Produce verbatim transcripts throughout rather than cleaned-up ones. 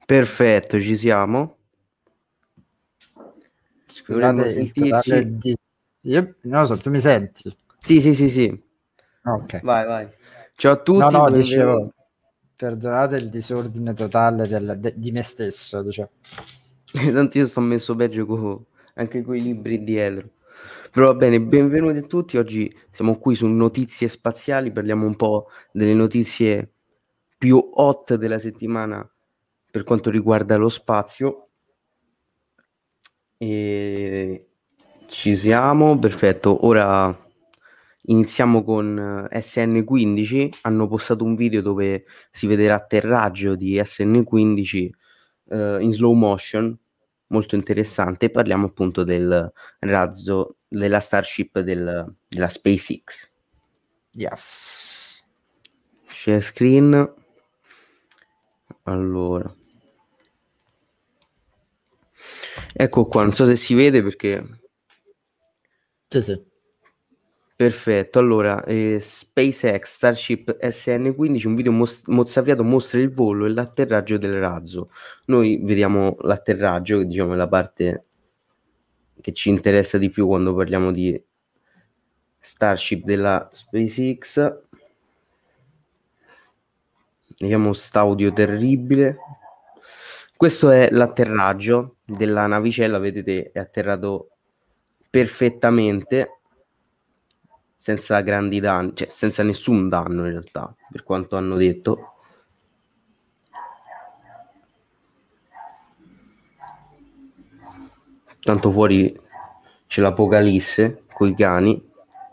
Perfetto, ci siamo. Scusate Dovremmo il totale sentirci. di... Io non lo so, tu mi senti? Sì, sì, sì, sì. Ok. Vai, vai. Ciao a No, tutti, no, benvenuti. dicevo, perdonate il disordine totale del- de- di me stesso, diciamo. Tanto io sto messo peggio co- anche con i libri dietro. Però va bene, benvenuti a tutti. Oggi siamo qui su Notizie Spaziali, parliamo un po' delle notizie più hot della settimana per quanto riguarda lo spazio. E ci siamo, perfetto. Ora iniziamo con eh, S N quindici. Hanno postato un video dove si vede l'atterraggio di S N quindici eh, in slow motion, molto interessante. Parliamo appunto del razzo della Starship del- della SpaceX. Yes. Share screen. Allora, ecco qua, non so se si vede perché Sì, sì. perfetto, allora, eh, SpaceX Starship S N quindici, un video mos- mozzafiato mostra il volo e l'atterraggio del razzo. Noi vediamo l'atterraggio, che diciamo è la parte che ci interessa di più quando parliamo di Starship della SpaceX. Vediamo st'audio terribile. Questo è l'atterraggio della navicella, vedete, è atterrato perfettamente, senza grandi danni, cioè senza nessun danno in realtà, per quanto hanno detto. Tanto fuori c'è l'apocalisse coi cani.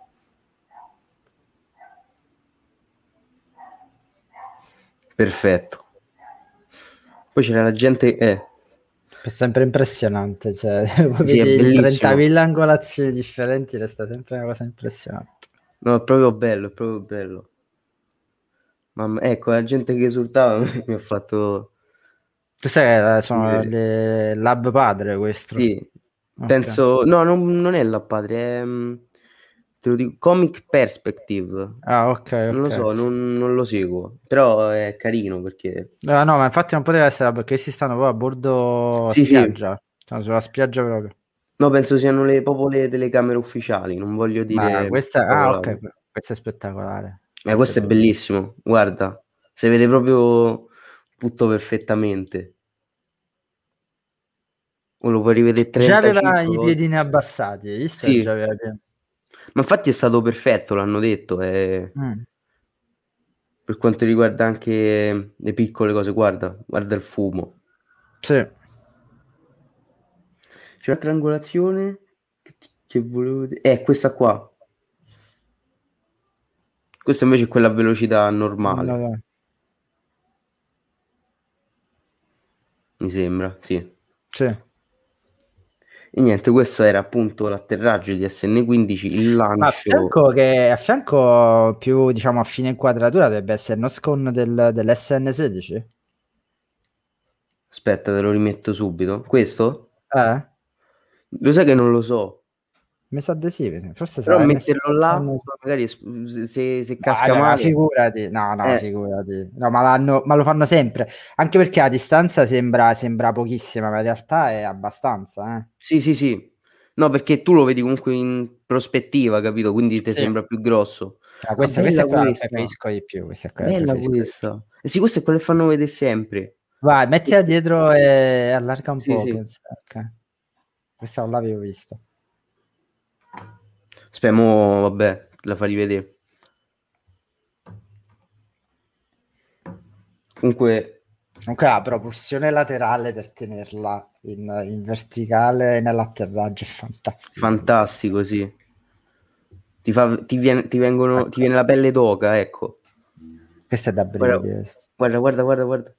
Perfetto. Poi c'era la gente, eh, È sempre impressionante, cioè, sì, è vedi in bellissimo. trentamila angolazioni differenti, resta sempre una cosa impressionante. No, è proprio bello, è proprio bello. Mamma, ecco, la gente che esultava mi ha fatto Queste eh, sono ridere. le Lab Padre, questo. Sì, Ok. penso, no, non, non è la patria, è, mm, te lo dico, Comic Perspective. Ah, ok, Non lo ok. so, non, non lo seguo, però è carino perché... No, no, ma infatti non poteva essere perché questi stanno proprio a bordo Sì, sì, spiaggia. Stanno sulla spiaggia proprio. no, penso siano le, proprio le telecamere ufficiali, non voglio Ma dire questa, ah, ok, cavolate. questo è spettacolare. Eh, Questo è questo è bellissimo. bellissimo, guarda, si vede proprio tutto perfettamente. O lo puoi rivedere Già aveva trentacinque i volte. piedini abbassati, hai visto? Già Sì, aveva i piedini. ma infatti è stato perfetto, l'hanno detto, eh, Mm, per quanto riguarda anche le piccole cose, guarda, guarda il fumo. sì. C'è una triangolazione che, che volevo vedere. Eh, questa qua. Questa invece è quella a velocità No, normale, no. mi sembra, sì. Sì. E niente, questo era appunto l'atterraggio di S N quindici, il Ma a lancio. fianco, che, a fianco più, diciamo, a fine inquadratura dovrebbe essere il Noscon del, dell'S N sedici. Aspetta, te lo rimetto subito. Questo? Eh? Lo sai che non lo so, Mi sa di sì, forse però sarà metterlo là, N S S N. magari es- se, se No, casca allora, male. figurati, no, no, Eh, figurati. No, ma, l'hanno- ma lo fanno sempre, anche perché a distanza sembra, sembra pochissima, ma in realtà è abbastanza, eh. sì, sì, sì. No, perché tu lo vedi comunque in prospettiva, capito? Quindi ti Sì. sembra più grosso. Ah, Ah, questa, questa bella è quella che questa. preferisco di più, questa è quella che Bella preferisco di più. questa. Eh sì, questa è quella che fanno vedere sempre. Vai, mettila Questa- dietro e allarga un Sì, po', sì. che- ok. Questa non l'avevo vista. Aspetta, mo, vabbè, te la fa rivedere. Comunque, Comunque la propulsione laterale per tenerla in, in verticale nell'atterraggio è fantastica. fantastico, sì. Ti fa, ti viene, ti vengono, ti Ecco, viene la pelle d'oca, ecco. questo è da Guarda, brividi, questo. guarda, guarda, guarda, guarda.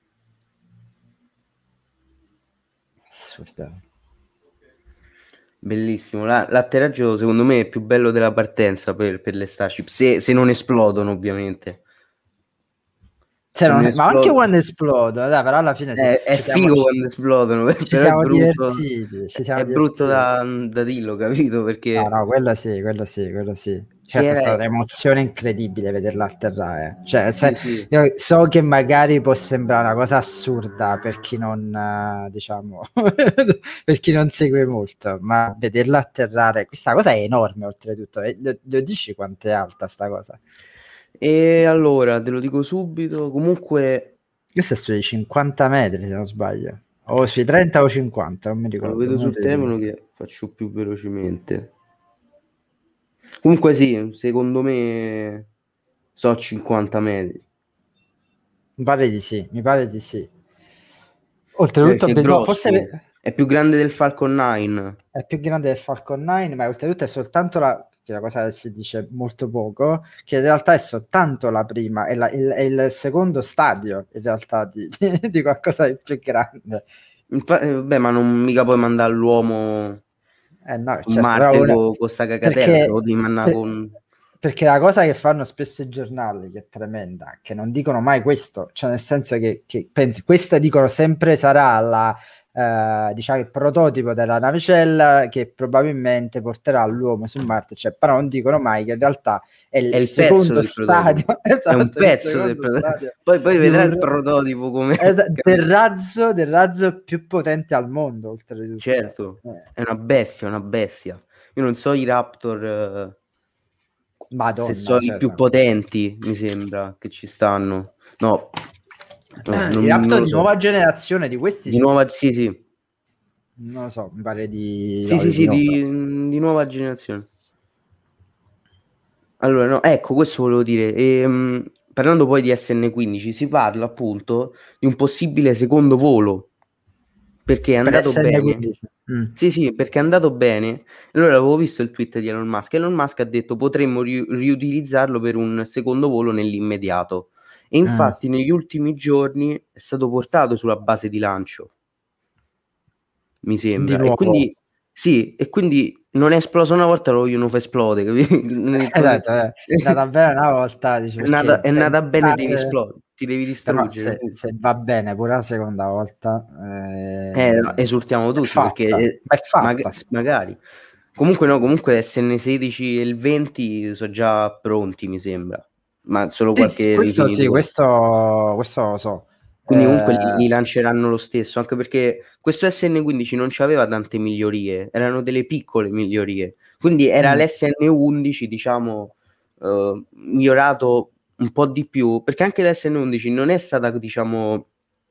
Assurdo. Bellissimo. La- l'atterraggio, secondo me, è più bello della partenza per, per le Starship. Se, se non esplodono, ovviamente. Cioè, Se non non- ma anche esplodono. quando esplodono, dai, però alla fine sì, È, è ci siamo, figo ci, quando esplodono, ci però è siamo brutto. divertiti, ci siamo È brutto divertiti. da, da dirlo, capito? No, Perché no, quello sì, quello sì, quello sì. Certo, è era... stata un'emozione incredibile vederla atterrare. Cioè, se, Sì, sì. io so che magari può sembrare una cosa assurda per chi non, eh, diciamo, per chi non segue molto, ma vederla atterrare, questa cosa è enorme oltretutto. E lo, lo dici quanto è alta sta cosa? E allora, te lo dico subito, comunque... Questa è sui cinquanta metri, se non sbaglio. O sui trenta o cinquanta, non mi Lo ricordo. vedo uno sul dei due. telefono che faccio più velocemente. Comunque sì, secondo me so cinquanta metri. Mi pare di sì, mi pare di sì. Oltretutto, Perché è beh, no, forse grosso, è più grande del Falcon nove. è più grande del Falcon nove, ma oltretutto è soltanto la, che è la cosa che si dice molto poco, che in realtà è soltanto la prima, è, la, il, è il secondo stadio in realtà di, di, di qualcosa di più grande. Infa- eh, vabbè, ma non mica puoi mandare l'uomo Eh no, su certo, però Marte ora- con questa cacatella, ce lo perché, devi mandare per- con... perché la cosa che fanno spesso i giornali, che è tremenda, che non dicono mai questo, cioè nel senso che, che pensi, questa dicono sempre sarà la, eh, diciamo, il prototipo della navicella che probabilmente porterà l'uomo su Marte, cioè, però non dicono mai che in realtà è È il il pezzo secondo del prototipo. stadio, È un esatto, è il pezzo del secondo prototipo. stadio Poi, poi di vedrà un, il prototipo come... esa- del capito? razzo, del razzo più potente al mondo, oltretutto. Certo, Eh. è una bestia, una bestia. Io non so i Raptor, eh, se Madonna, sono i cioè, più potenti, mi sembra che ci stanno. No, no, i non, non Raptor lo di so. nuova generazione di questi Di sì. nuova, sì, sì. Non lo so, mi pare di, Sì, no, sì, di sì, no. di, di nuova generazione. Allora, no, ecco, questo volevo dire. Ehm, parlando poi di S N quindici, si parla appunto di un possibile secondo volo, perché è Per andato bene. S N quindici. Mm. Sì, sì, perché è andato bene. Allora avevo visto il tweet di Elon Musk. Elon Musk ha detto potremmo ri- riutilizzarlo per un secondo volo nell'immediato. E Mm. infatti negli ultimi giorni è stato portato sulla base di lancio, mi Di sembra. E nuovo. quindi sì, e quindi non è esploso una volta, lo vogliono far esplodere, capito? Ho detto, Esatto, eh. È andata bene una volta, dice, è nata, perché è per nata bene, devi buttare- esplodere, ti devi però distruggere. se, se va bene pure la seconda volta, Eh, no, eh, esultiamo è tutti perché fatta, eh, è mag- fatta. magari. Comunque no, comunque S N sedici e il venti sono già pronti, mi sembra, ma solo Sì, sì, qualche questo sì, rifinitore. questo, questo lo so. Quindi comunque li, Eh, li lanceranno lo stesso, anche perché questo S N quindici non c'aveva tante migliorie, erano delle piccole migliorie. Quindi era mm, l'S N undici, diciamo, eh, migliorato un po' di più, perché anche l'S N undici non è stata, diciamo,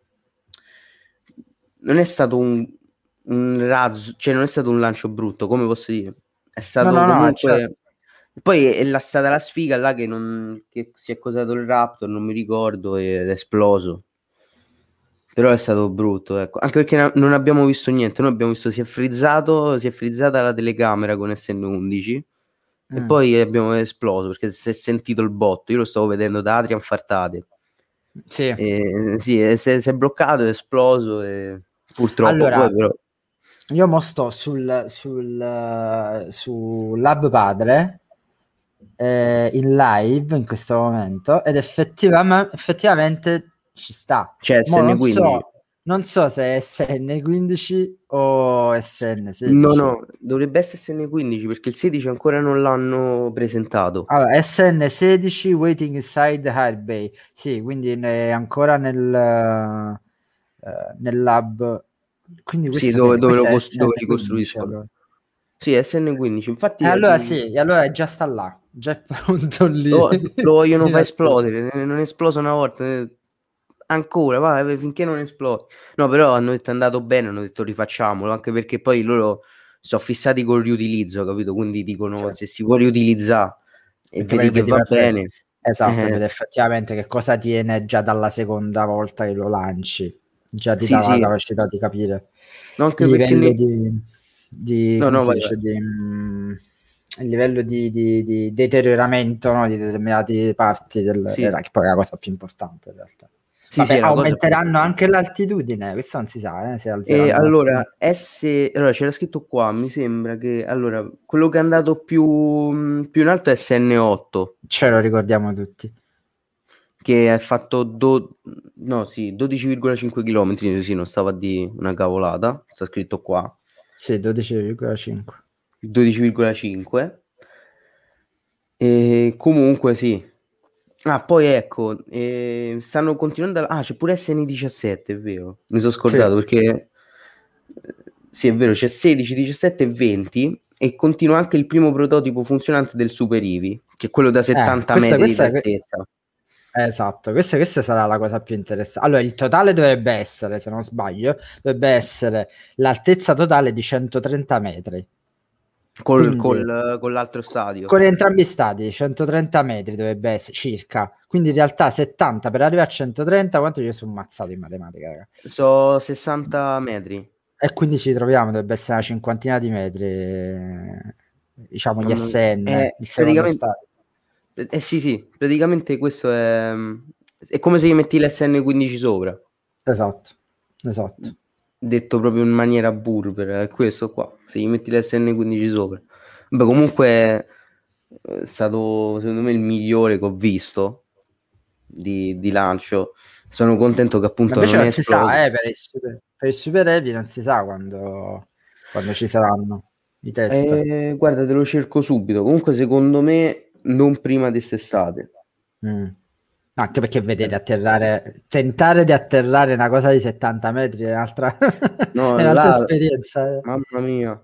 non è stato un, un razzo, cioè non è stato un lancio brutto, come posso dire. È no, stato no, no, certo. comunque... Poi è la, stata la sfiga là che, non, che si è cosato il Raptor, non mi ricordo, ed è esploso. Però è stato brutto, ecco. Anche perché na- non abbiamo visto niente. Noi abbiamo visto si è frizzato, si è frizzata la telecamera con S N undici e Mm. poi abbiamo esploso perché si è sentito il botto. Io lo stavo vedendo da Adrian Fartate. Sì. E, sì, e si è, si è bloccato, è esploso e purtroppo Allora, poi però... io mo sto sul, sul, eh, su Lab Padre eh, in live in questo momento ed effettivamente, effettivamente ci sta. C'è Mo non S N quindici. so, non so se è S N quindici o S N No, sedici. no, dovrebbe essere S N quindici perché il sedici ancora non l'hanno presentato. Allora, S N sedici Waiting Inside High Bay. Sì, quindi è ancora nel, eh, nel lab. Quindi Sì, questo, dove, che, dove lo questo è cos- dove li S N quindici costruiscono. allora. Sì, è S N quindici. E Infatti è, allora mh, sì, e allora già sta là, già è pronto lì. lo, lo vogliono in far attesa. esplodere. eh, Non è esploso una volta. eh, Ancora, vai, finché non esplode. No, però hanno detto è andato bene, hanno detto rifacciamolo, anche perché poi loro sono fissati col riutilizzo, capito? Quindi dicono Certo. se si può riutilizzare e Perché poi vedi che vedi va perfetto. bene. Esatto, eh, vedi effettivamente che cosa tiene già dalla seconda volta che lo lanci. Già ti sì, dà la sì, capacità di capire no, il anche perché livello nei... di, di No, come no, si vai, vai. dice, di, mm, il livello di, di- di deterioramento, no, di determinate parti del, Sì, della, che poi è la cosa più importante in realtà. sì, sì, Vabbè, è la cosa più aumenteranno importante. anche l'altitudine, questo non si sa, eh, se E alzeranno l'altitudine. allora, S, allora c'era scritto qua, mi sembra che allora, quello che è andato più, mh, più in alto è S N otto, Ce lo ricordiamo tutti. che ha fatto do- no, sì, dodici virgola cinque km, sì, non stava di una cavolata, sta scritto qua, Sì, dodici virgola cinque. dodici virgola cinque. E comunque sì. Ah, poi ecco, eh, stanno continuando a... Ah, c'è pure S N diciassette, è vero. Mi sono Sì. scordato perché... eh, Sì, è vero, c'è sedici, diciassette e venti e continua anche il primo prototipo funzionante del Super Ivi, che è quello da Eh, settanta questa, metri di questa, altezza. esatto, questa, questa sarà la cosa più interessante. Allora, il totale dovrebbe essere, se non sbaglio, dovrebbe essere l'altezza totale di centotrenta metri. Col, Quindi, col- con l'altro stadio. con entrambi i stadi, centotrenta metri dovrebbe essere circa. Quindi in realtà settanta per arrivare a centotrenta, quanto ci sono mazzato in matematica, raga? So sessanta metri. E quindi ci troviamo, dovrebbe essere una cinquantina di metri, eh, diciamo gli Mamma mia. S N, Eh, il secondo praticamente, stadio. eh sì, sì, praticamente questo è, è come se gli metti l'S N quindici sopra, Esatto, esatto. detto proprio in maniera burbera, è questo qua, se gli metti l'S N quindici sopra. Beh, comunque è stato secondo me il migliore che ho visto di, di lancio. Sono contento che Ma appunto invece non è non si esploso. sa, eh, per i super, per i super heavy non si sa quando, quando ci saranno i test. Eh, guarda, te lo cerco subito. Comunque, secondo me, non prima di quest'estate. Mm. Anche perché vedete atterrare, tentare di atterrare una cosa di settanta metri è un'altra, No, è un'altra là, esperienza. eh. mamma mia.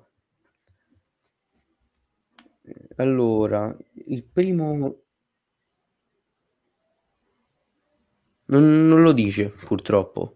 Allora, il primo non, non lo dice, purtroppo.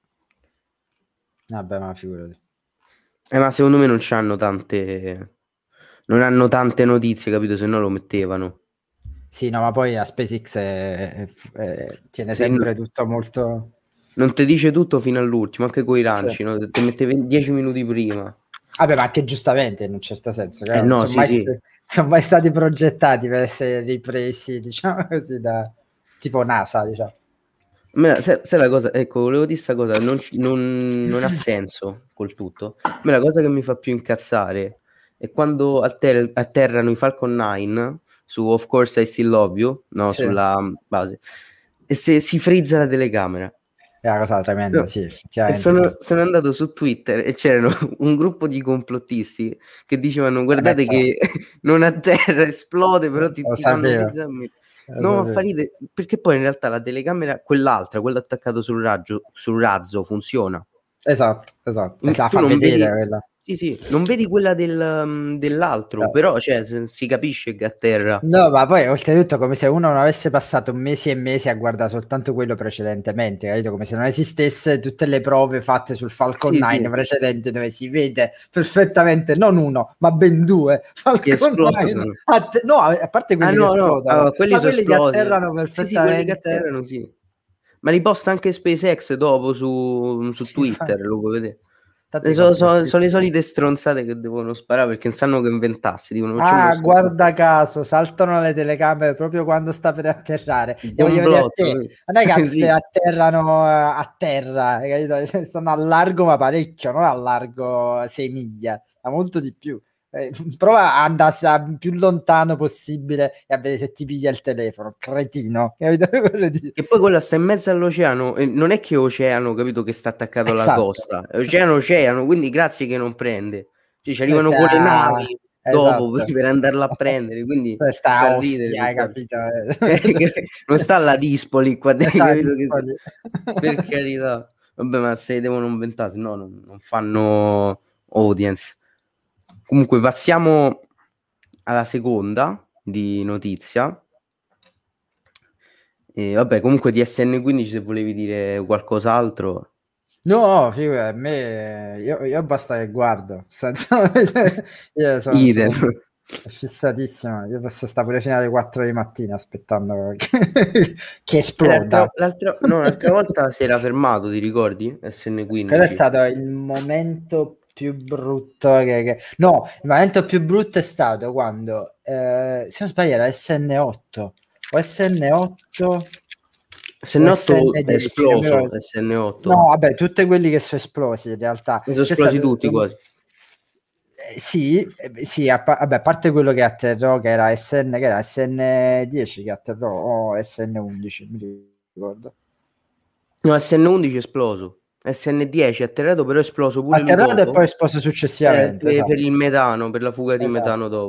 Vabbè, ma figurati. Eh, ma secondo me non c'hanno tante... Non hanno tante notizie, capito? Se no lo mettevano. Sì, no, ma poi a SpaceX è- è- è- tiene Se no- sempre tutto molto... Non ti dice tutto fino all'ultimo, anche con i Sì. lanci, no? Ti mette dieci minuti prima. Vabbè, ma anche giustamente in un certo senso, che Eh non no, sono sì, mai, sì. st- sono mai stati progettati per essere ripresi, diciamo così, da tipo NASA, diciamo. Me la- sai, sai la cosa, ecco, volevo dire sta cosa, non, ci- non- non ha senso col tutto. A me la cosa che mi fa più incazzare è quando atter- atterrano i Falcon nove su Of Course I Still Love You, no, Sì, sulla base, e se si frizza la telecamera. è una cosa tremenda, No. sì, E effettivamente sì. sono, sono andato su Twitter e c'erano un gruppo di complottisti che dicevano: Eh, beh, Guardate so- che non atterra, esplode, però ti, lo ti fanno sapevo, frizzare. lo No, ma fa sapevo. ridere, perché poi in realtà la telecamera, quell'altra, quella attaccata sul raggio, sul razzo, funziona. Esatto, esatto. E Mm, la Tu fa non vedere vedi, quella. sì, sì, non vedi quella del, mm, dell'altro, Eh, però cioè, se- si capisce che atterra. No, ma poi oltretutto come se uno non avesse passato mesi e mesi a guardare soltanto quello precedentemente, capito? Come se non esistesse tutte le prove fatte sul Falcon Sì, nove sì, precedente dove si vede perfettamente non uno, ma ben due che Falcon nove. esplodono. Att- no, a parte Ah quelli che no, no, esplodono, ah, quelli ma sono quelli che esplosi. atterrano Sì, sì, quelli che perfettamente. atterrano, sì. Ma li posta anche SpaceX dopo su, su Sì, Twitter, infatti, lo puoi vedere. infatti Sono complotti. le solite stronzate che devono sparare perché non sanno che inventarsi, dicono facciamo Ah, questo guarda caso, saltano le telecamere proprio quando sta per atterrare. il E voglio vedere a complotto. te. Non è che att- Sì. atterrano eh, a terra, hai capito? Cioè, stanno a largo, ma parecchio, non a largo sei miglia, ma molto di più. Eh, prova ad andare sa- più lontano possibile e a vedere se ti piglia il telefono, cretino. Capito? Quello di- E poi quella sta in mezzo all'oceano, e non è che è oceano, capito, che sta attaccato alla Esatto. costa, è oceano, oceano, quindi grazie che non prende. Cioè, ci arrivano con le Questa... navi dopo per, Esatto. per andarla a prendere, quindi fa Questa ridere ostia, hai questa. capito? Non sta alla Dispoli qua, dentro, Esatto, capito che disponi. per carità. Vabbè, ma se devono inventare, no, non, non fanno audience. Comunque passiamo alla seconda di notizia. E vabbè, comunque di S N quindici se volevi dire qualcos'altro. No, figura, a me, io, io basta che guardo, senza, io sono, Idem. sono fissatissimo, io posso stare pure fino alle quattro di mattina aspettando che, che E l'altra, esploda. l'altra- no, l'altra volta si era fermato, ti ricordi? Quello è S N quindici. stato il momento più brutto che, che- No, il momento più brutto è stato quando, eh, se non sbaglio era S N otto, o S N otto Se o no è S N dieci, non mi esploso ricordo. S N otto. No, vabbè, tutti quelli che sono esplosi in realtà. Ne sono C'è esplosi stato tutti un- quasi. eh, sì, eh, sì, a, pa- vabbè, a parte quello che atterrò, che era S N, che era S N dieci che atterrò, o S N undici, mi ricordo. No, S N undici è esploso. S N dieci è atterrato, però è esploso pure lui Atterrato e dopo. poi esploso Eh, successivamente, per, per esatto. il metano, per la fuga di Esatto. metano dopo.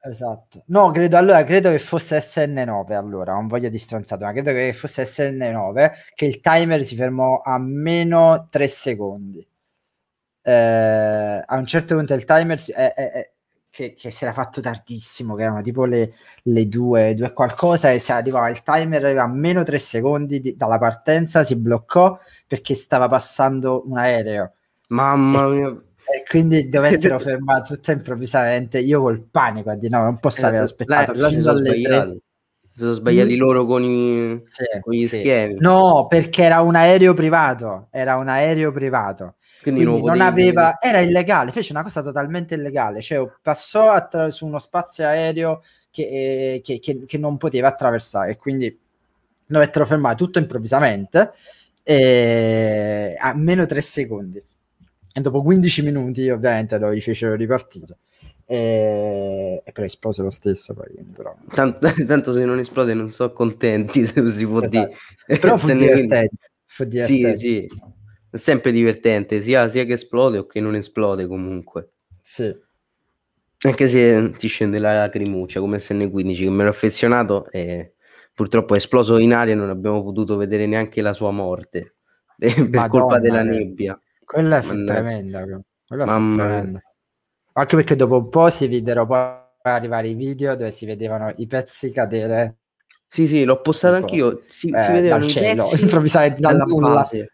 Esatto. No, credo allora, credo che fosse S N nove, allora, non voglio distranzato, ma credo che fosse S N nove, che il timer si fermò a meno tre secondi. Eh, a un certo punto il timer si, eh, eh, eh, che, che si era fatto tardissimo, che erano tipo le, le due, due qualcosa, e si arrivava, il timer arriva a meno tre secondi di- dalla partenza, si bloccò perché stava passando un aereo. Mamma mia. E quindi dovettero fermare tutto improvvisamente. Io col panico a dire no, non posso aver Eh, là, aspettato là si fino sono alle tre. sbagliati. Si sono sbagliati Mm. loro con, i, Sì, con gli sì. schemi. No, perché era un aereo privato, era un aereo privato. Quindi non Quindi non potevi vedere. aveva, era illegale, fece una cosa totalmente illegale, cioè passò attra- su uno spazio aereo che, eh, che, che, che non poteva attraversare, e quindi dovettero fermare tutto improvvisamente eh, a meno tre secondi. E dopo quindici minuti ovviamente lo rifecero ripartire. E, e però esplose lo stesso poi, quindi, però. Tanto, tanto se non esplode non sono contenti, se si può dire. Esatto. Però fu Se ne- quindi- divertente, fu Sì, divertente. sì, è sempre divertente, sia, sia che esplode o che non esplode comunque. Sì. Anche se ti scende la lacrimuccia, come S N quindici, che mi ero affezionato e purtroppo è esploso in aria e non abbiamo potuto vedere neanche la sua morte, eh, per colpa della Madonna, che- nebbia. quella fu Mannaggia. tremenda, que- quella fu Mamma mia. tremenda. Anche perché dopo un po' si videro poi arrivare i video dove si vedevano i pezzi cadere Sì, sì, l'ho postato tipo anch'io. Si, si eh, dal vedevano i cielo, pezzi improvvisamente dal dalla nulla. base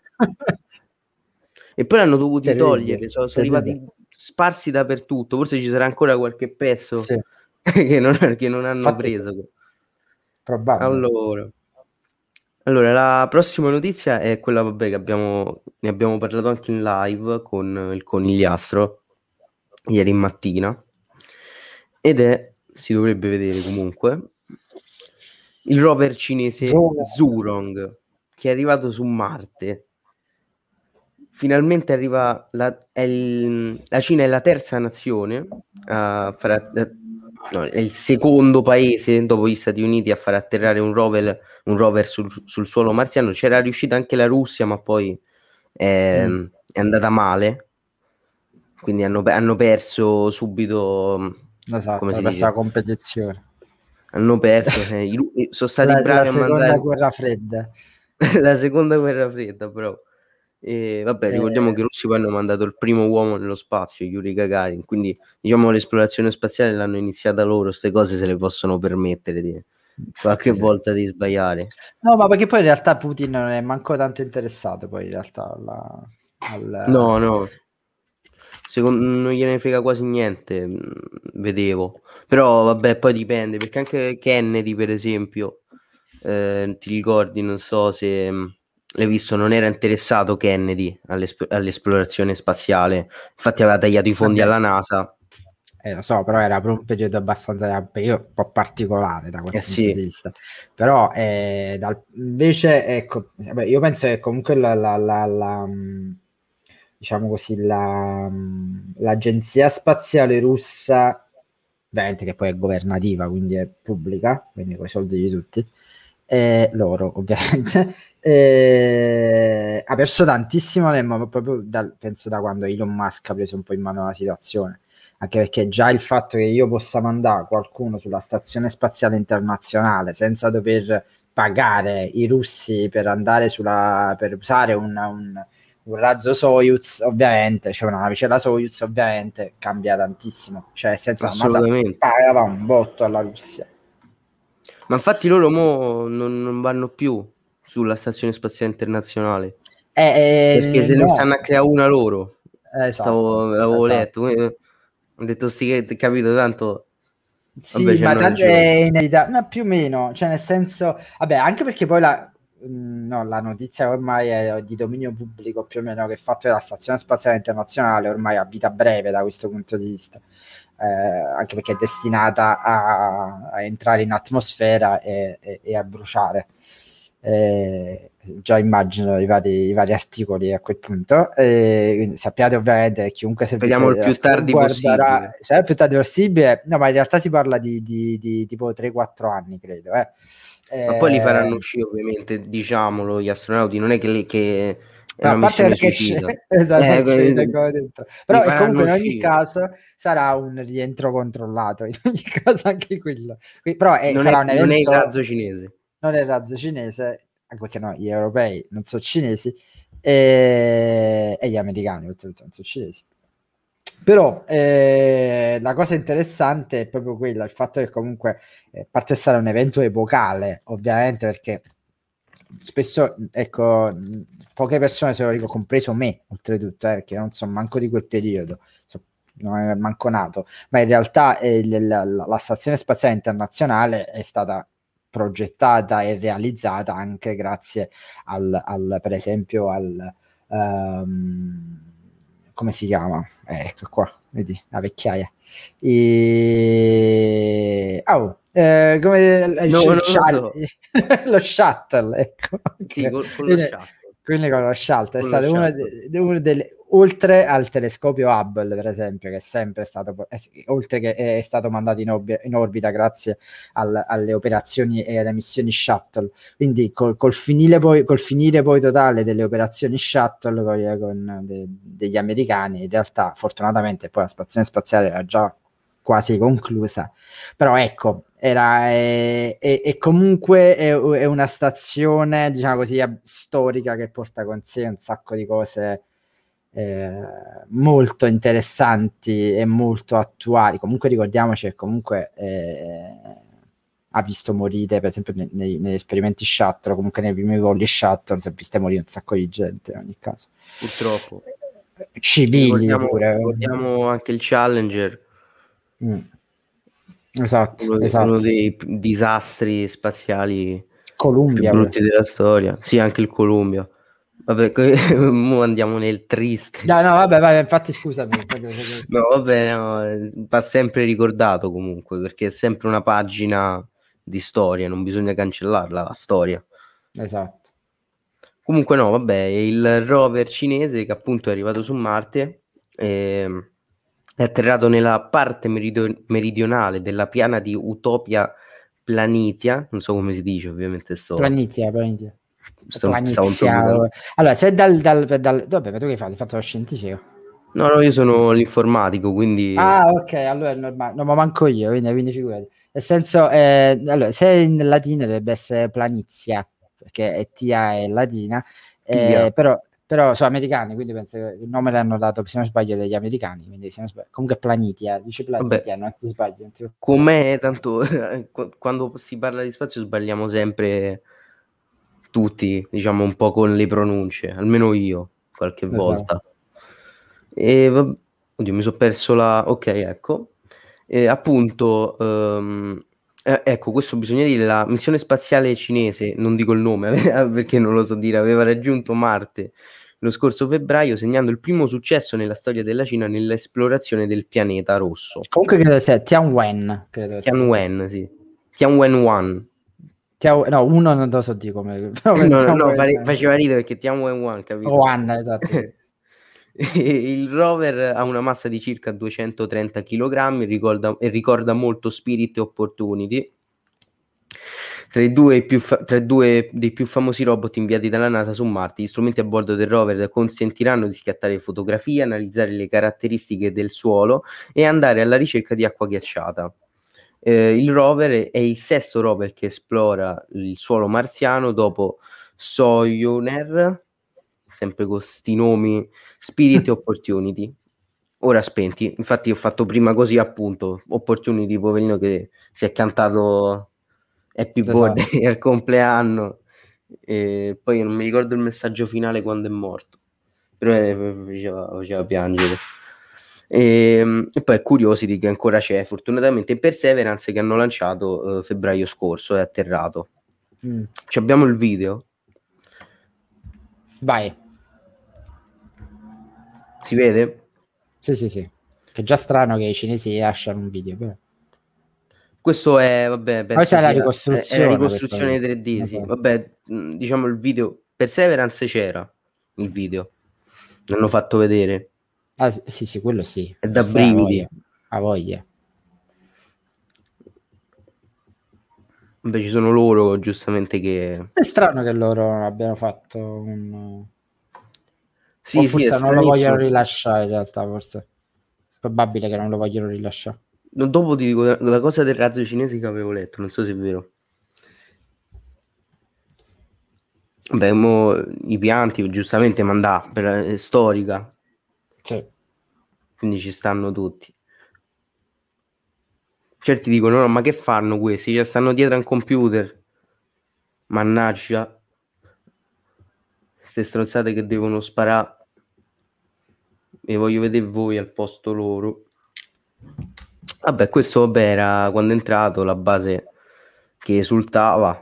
e poi l'hanno dovuti Terribile, togliere. Sono, sono terribile. arrivati sparsi dappertutto. Forse ci sarà ancora qualche pezzo Sì, che non, che non hanno infatti sì, preso. probabile. Allora, allora, la prossima notizia è quella, vabbè, che abbiamo, ne abbiamo parlato anche in live con il conigliastro ieri mattina. Ed è, si dovrebbe vedere comunque, il rover cinese Zona. Zhurong, che è arrivato su Marte. Finalmente arriva la, è il- la Cina è la terza nazione a fare, a- no, è il secondo paese dopo gli Stati Uniti a fare atterrare un rover, un rover sul, sul suolo marziano. C'era riuscita anche la Russia, ma poi è, Mm, è andata male, quindi hanno, hanno perso subito, come esatto, si questa dice? competizione. Hanno perso, eh, i ru- sono stati La, la bravi a seconda mandare guerra fredda. la seconda guerra fredda, però. E vabbè, ricordiamo Eh, che i russi poi hanno mandato il primo uomo nello spazio, Yuri Gagarin, quindi diciamo l'esplorazione spaziale l'hanno iniziata loro, queste cose se le possono permettere di qualche infatti sì. volta di sbagliare. No, ma perché poi in realtà Putin non è manco tanto interessato poi in realtà alla- al, No, no, secondo non gliene frega quasi niente, mh, vedevo. Però vabbè, poi dipende, perché anche Kennedy, per esempio, eh, ti ricordi, non so se mh, l'hai visto, non era interessato Kennedy all'esp- all'esplorazione spaziale, infatti aveva tagliato i fondi vabbè, alla NASA. eh, lo so, però era per un periodo abbastanza un periodo un po' particolare da quel Eh punto di sì, vista. Però eh, dal- invece ecco, vabbè, io penso che comunque la, la- la- la, mh, diciamo così la, mh, l'agenzia spaziale russa, ovviamente che poi è governativa, quindi è pubblica, quindi con i soldi di tutti, eh, loro ovviamente, eh, ha perso tantissimo nel, mo- proprio dal- penso da quando Elon Musk ha preso un po' in mano la situazione, anche perché già il fatto che io possa mandare qualcuno sulla stazione spaziale internazionale senza dover pagare i russi per andare sulla, per usare un, un, un razzo Soyuz, ovviamente, cioè una navicella Soyuz, ovviamente cambia tantissimo, cioè senza la NASA assolutamente. pagava un botto alla Russia. Ma infatti loro mo non, non vanno più sulla Stazione Spaziale Internazionale, perché Eh, eh, se ne no, stanno a creare una loro. esatto, Stavo, l'avevo letto, esatto. quindi ho detto sì, che capito, tanto vabbè, Sì, ma c'hanno tanto ragione. è inevitabile, ma più o meno, cioè nel senso, vabbè, anche perché poi la, mh, no, la notizia ormai è di dominio pubblico più o meno, che il fatto che la Stazione Spaziale Internazionale ormai ha vita breve da questo punto di vista, eh, anche perché è destinata a, a entrare in atmosfera e, e- e a bruciare. Eh, già immagino i vari, i vari articoli a quel punto. Eh, quindi sappiate ovviamente che chiunque se, Speriamo se, il più se tardi guarderà, possibile. se è il più tardi possibile, no, ma in realtà si parla di, di, di tipo tre quattro anni, credo. Eh. Ma poi li faranno Eh, uscire ovviamente, diciamolo, gli astronauti, non è che, li- che È No, una a parte missione perché suicida. c'è, esatto, Eh, ci que- ritengo dentro. mi Però e faranno comunque in ogni uscire. caso sarà un rientro controllato, in ogni caso anche quello. Qui- Però è- Non è, sarà un non è il evento, razzo cinese. non è il razzo cinese, anche perché no, gli europei non sono cinesi, e, e gli americani oltretutto non sono cinesi. Però eh, la cosa interessante è proprio quella, il fatto che comunque, eh, a parte essere un evento epocale, ovviamente, perché spesso, ecco, mh, poche persone se lo ricordano, compreso me, oltretutto, eh, perché non so manco di quel periodo, so- non è manco nato, ma in realtà eh, l- la, la Stazione Spaziale Internazionale è stata progettata e realizzata anche grazie al, al per esempio, al ehm, come si chiama? Eh, ecco qua, vedi, la vecchiaia. E... Oh, eh, come il, No, il non lo shuttle, so. lo shuttle, ecco. Sì, Ok. col- con lo Quindi, shuttle. quindi con lo shuttle è Con lo stato uno, shuttle. de- de- uno delle, oltre al telescopio Hubble, per esempio, che è sempre stato, è, oltre che è stato mandato in, ob- in orbita grazie al, alle operazioni e alle missioni shuttle. Quindi col, col, finire, poi, col finire poi totale delle operazioni shuttle con, con de, degli americani, in realtà fortunatamente poi la stazione spaziale era già quasi conclusa, però ecco, era è, è, è comunque è, è una stazione, diciamo così, storica, che porta con sé un sacco di cose eh, molto interessanti e molto attuali. Comunque ricordiamoci che comunque eh, ha visto morire, per esempio, nei, nei, negli esperimenti shuttle, comunque nei primi voli shuttle, si è viste morire un sacco di gente in ogni caso. Purtroppo. Civili Ricordiamo, pure. ricordiamo anche il Challenger, Mm. Esatto, uno, de- uno esatto. dei p- disastri spaziali più Columbia pure. brutti della storia. Sì, anche il Columbia. Vabbè, que- mo andiamo nel No, triste. no, vabbè, vabbè, infatti scusami. No, vabbè, no, eh, va sempre ricordato comunque, perché è sempre una pagina di storia, non bisogna cancellarla, la storia. Esatto. Comunque no, vabbè, il rover cinese che appunto è arrivato su Marte ehm, è atterrato nella parte meridio- meridionale della piana di Utopia Planitia, non so come si dice, ovviamente sto, Planizia, planizia. sto- stavo Planizia. improvvisando. Allora, se dal, dal, dal... Vabbè, ma tu che hai fatto? Hai fatto lo scientifico? No, no, io sono l'informatico, quindi Ah, ok, allora è normale. No, ma manco io, quindi, quindi figurati. Nel senso, eh, allora, se in latino dovrebbe essere planizia, perché è tia è latina, Tia. eh, però, però sono americani, quindi penso che il nome l'hanno dato, se non sbaglio, degli americani, quindi se non sbaglio, comunque è planitia, dice Vabbè, planitia, non ti sbagli. Non ti... com'è tanto qu- quando si parla di spazio sbagliamo sempre tutti, diciamo un po' con le pronunce, almeno io qualche Esatto. volta. E vabb- oddio, mi sono perso la. Ok, ecco. E appunto, ehm, eh, ecco, questo bisogna dire, la missione spaziale cinese, non dico il nome perché non lo so dire, aveva raggiunto Marte lo scorso febbraio, segnando il primo successo nella storia della Cina nell'esplorazione del pianeta rosso. Comunque credo sia Tianwen, credo sia. Tianwen, sì. Tianwen uno. Tiao- no, uno non lo so di come, come No, no, no, Tianwen. fare- faceva ridere perché Tianwen uno, capito? One, esatto, sì. Il rover ha una massa di circa duecentotrenta chilogrammi ricorda, e ricorda molto Spirit e Opportunity, tra i due, più fa- tra i due dei più famosi robot inviati dalla NASA su Marte. Gli strumenti a bordo del rover consentiranno di scattare fotografie, analizzare le caratteristiche del suolo e andare alla ricerca di acqua ghiacciata. Eh, il rover è il sesto rover che esplora il suolo marziano dopo Sojourner, sempre con sti nomi, Spirit e Opportunity, ora spenti. Infatti ho fatto prima così, appunto, Opportunity, poverino, che si è cantato Happy Esatto. Birthday al compleanno, e poi non mi ricordo il messaggio finale quando è morto, però eh, faceva, faceva piangere. E, e poi è Curiosity che ancora c'è, fortunatamente, e Perseverance che hanno lanciato eh, febbraio scorso, è atterrato. Mm. Ci abbiamo il video, Vai. si vede? Sì, sì, sì. Che è già strano che i cinesi lasciano un video, però. Questo è, vabbè, Questa penso è la sia è, è la ricostruzione, questa qui. ricostruzione tre D, sì. Esatto. Vabbè, mh, diciamo il video Perseverance c'era, il video. L'hanno fatto vedere. Ah, sì, sì, sì, quello sì. È da Sì, ha brividi. voglia. Ha voglia. Vabbè, ci sono loro, giustamente, che È strano che loro non abbiano fatto un... Sì, O sì, è forse non lo vogliono stranissimo. rilasciare in realtà, forse. Probabile che non lo vogliono rilasciare. No, dopo ti dico la, la cosa del razzo cinese che avevo letto, non so se è vero. Beh, mo, i pianti giustamente mandà per è storica, Sì. quindi ci stanno tutti. Certi dicono: no, ma che fanno questi? Cioè, stanno dietro a un computer. Mannaggia, queste stronzate che devono sparare. E voglio vedere voi al posto loro. Vabbè, questo vabbè era quando è entrato la base che esultava.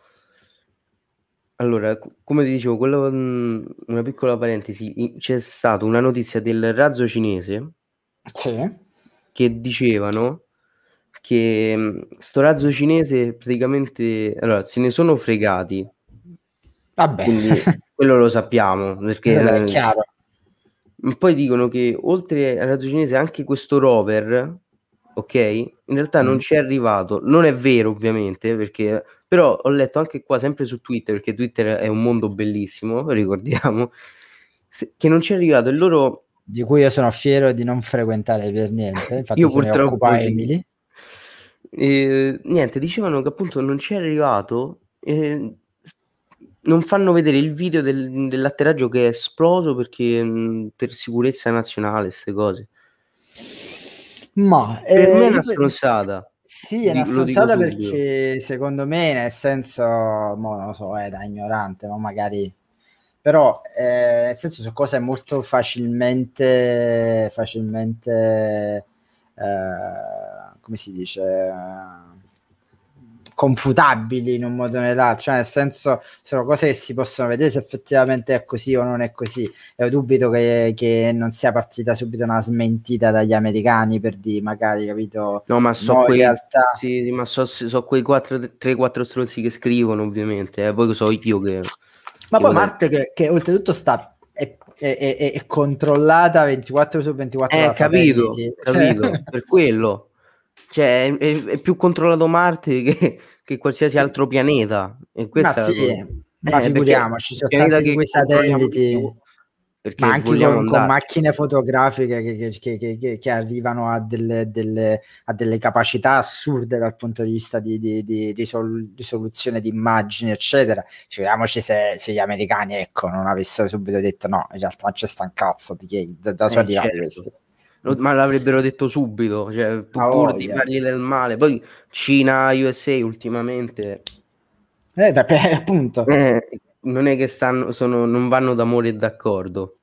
Allora, co- come ti dicevo, quello, mh, una piccola parentesi, i- c'è stata una notizia del razzo cinese Sì. che dicevano che mh, sto razzo cinese praticamente, allora, se ne sono fregati, Vabbè, quindi quello lo sappiamo, perché quello è eh, chiaro. poi dicono che oltre al razzo cinese anche questo rover, ok, in realtà non Mm. c'è arrivato, non è vero ovviamente, perché però ho letto anche qua sempre su Twitter, perché Twitter è un mondo bellissimo, ricordiamo, se- che non c'è arrivato il loro. Di cui io sono fiero di non frequentare per niente, infatti Io se ne occupa purtroppo sì. Emily. E, niente, dicevano che appunto non c'è arrivato. E non fanno vedere il video del- dell'atterraggio che è esploso perché mh, per sicurezza nazionale, queste cose. Ma Per me eh, è io una pe- stronzata, sì, è una Di- lo dico stronzata subito. perché secondo me, nel senso, mo non lo so, è da ignorante, ma magari, però eh, nel senso sono cose molto facilmente, facilmente, eh, come si dice, eh, confutabili in un modo o nell'altro, cioè nel senso sono cose che si possono vedere se effettivamente è così o non è così. Io dubito che, che non sia partita subito una smentita dagli americani per dire magari, capito, No, ma so no, in quei, realtà. sì, sì, ma so, so quei tre quattro stronzi che scrivono, ovviamente. Eh. Poi so io che, Ma che poi volete. Marte che, che oltretutto sta è, è- è- è controllata ventiquattro su ventiquattro Eh, da capito, satelliti. Cioè, capito, per quello. Cioè, è, è- è più controllato Marte che, che qualsiasi che- altro pianeta. E ma questa è la cosa. sì, ma Eh, perché figuriamoci, ci il sono pianeta tanti di che quei controlliamo di più, satelliti, ma perché anche vogliamo con, con andarci. macchine fotografiche che, che- che- che- che- che arrivano a delle, delle- a delle capacità assurde dal punto di vista di, di, di, di sol- risoluzione di immagini, eccetera. Figuriamoci se, se gli americani, ecco, non avessero subito detto no, in realtà non c'è sta un cazzo di che, da, da sono Eh, arrivati certo. questi. Lo- Ma l'avrebbero detto subito, cioè, pu- Ma pur di voglia. fargli del male. Poi Cina, U S A ultimamente Eh, beh, beh, appunto. eh, non è che stanno, sono, non vanno d'amore e d'accordo.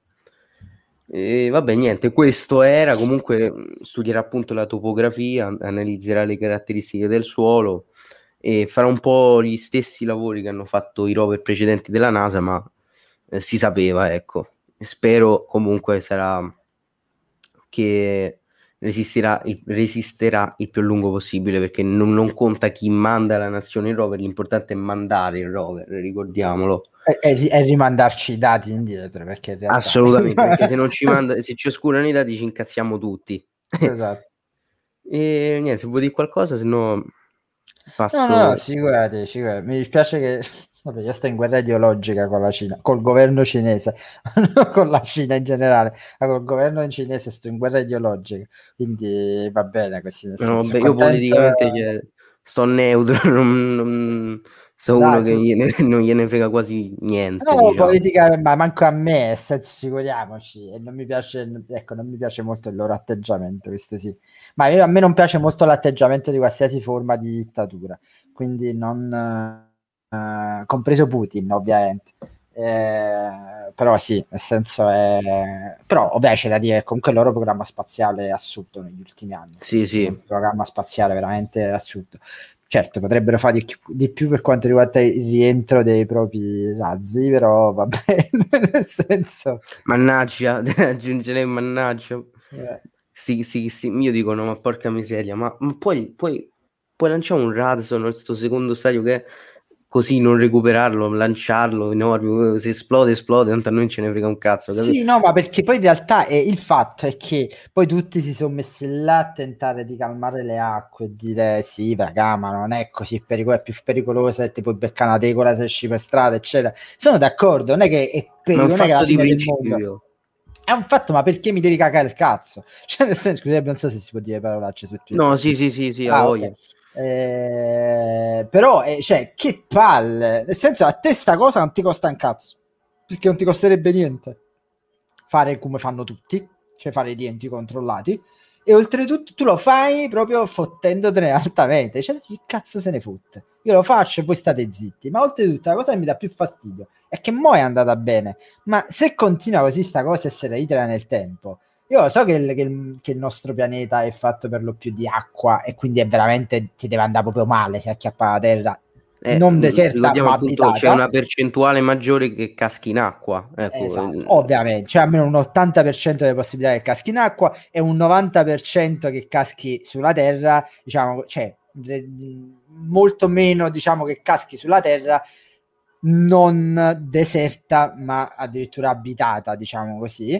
E vabbè, niente, questo era comunque mh, studierà appunto la topografia, an- analizzerà le caratteristiche del suolo e farà un po' gli stessi lavori che hanno fatto i rover precedenti della NASA, ma eh, si sapeva, ecco. E spero comunque sarà che resisterà il, resisterà il più a lungo possibile perché non, non conta chi manda la nazione il rover, l'importante è mandare il rover, ricordiamolo. E, e ri- e rimandarci i dati indietro, perché in realtà. Assolutamente, perché se non ci manda, se ci oscurano i dati ci incazziamo tutti. Esatto. E niente, se vuoi dire qualcosa, se no No, no, no, passo. figurati, figurati. Mi dispiace che vabbè, io sto in guerra ideologica con la Cina, col governo cinese, non con la Cina in generale, ma col governo cinese sto in guerra ideologica, quindi va bene così, nel No, senso, sono vabbè, io contento. politicamente cioè, sto neutro, non, non- sono uno Dai, che tu. gliene- non gliene frega quasi niente, No, diciamo. politica, ma manco a me, nel senso, figuriamoci, e non mi piace, ecco, non mi piace molto il loro atteggiamento, questo sì. Ma io- a me non piace molto l'atteggiamento di qualsiasi forma di dittatura, quindi non, eh, compreso Putin, ovviamente. Eh, però sì, nel senso è. Però ovviamente c'è da dire che comunque il loro programma spaziale è assurdo negli ultimi anni, Sì, sì, un programma spaziale veramente assurdo. Certo, potrebbero fare di, di più per quanto riguarda il rientro dei propri razzi, però va bene, nel senso. mannaggia, aggiungerei mannaggia. eh, Sì, sì, sì, io dico no, ma porca miseria, ma, ma poi, poi puoi lanciare un razzo nel sto secondo stadio che è così non recuperarlo, lanciarlo enorme, se esplode esplode, tanto a noi non ce ne frega un cazzo, capito? Sì, no, ma perché poi in realtà è, il fatto è che poi tutti si sono messi là a tentare di calmare le acque e dire sì, raga, ma non è così pericoloso, è più pericolosa e ti puoi beccare una tegola se esci per strada, eccetera. Sono d'accordo, non è che è Ma è un pericolo, non è che è la fatto di fine del mondo. principio. È un fatto, ma perché mi devi cagare il cazzo? Cioè, nel senso, scusate, non so se si può dire parolacce su Twitter. No, sì, sì, sì, sì, a Ah, voglia. ok. Eh, però, eh, cioè, che palle! Nel senso, a te sta cosa non ti costa un cazzo, perché non ti costerebbe niente fare come fanno tutti, cioè fare i denti controllati, e oltretutto tu lo fai proprio fottendotene altamente, cioè chi cazzo se ne fotte? Io lo faccio e voi state zitti, ma oltretutto la cosa che mi dà più fastidio è che mo' è andata bene, ma se continua così sta cosa e si reitera nel tempo, io so che il, che, il, che il nostro pianeta è fatto per lo più di acqua e quindi è veramente, ti deve andare proprio male se acchiappa la terra, Eh, non deserta ricordiamo ma appunto c'è abitata. una percentuale maggiore che caschi in acqua. Ecco. Esatto, ovviamente, c'è almeno un ottanta per cento delle possibilità che caschi in acqua e un novanta per cento che caschi sulla terra, diciamo, cioè molto meno, diciamo, che caschi sulla terra non deserta ma addirittura abitata, diciamo così.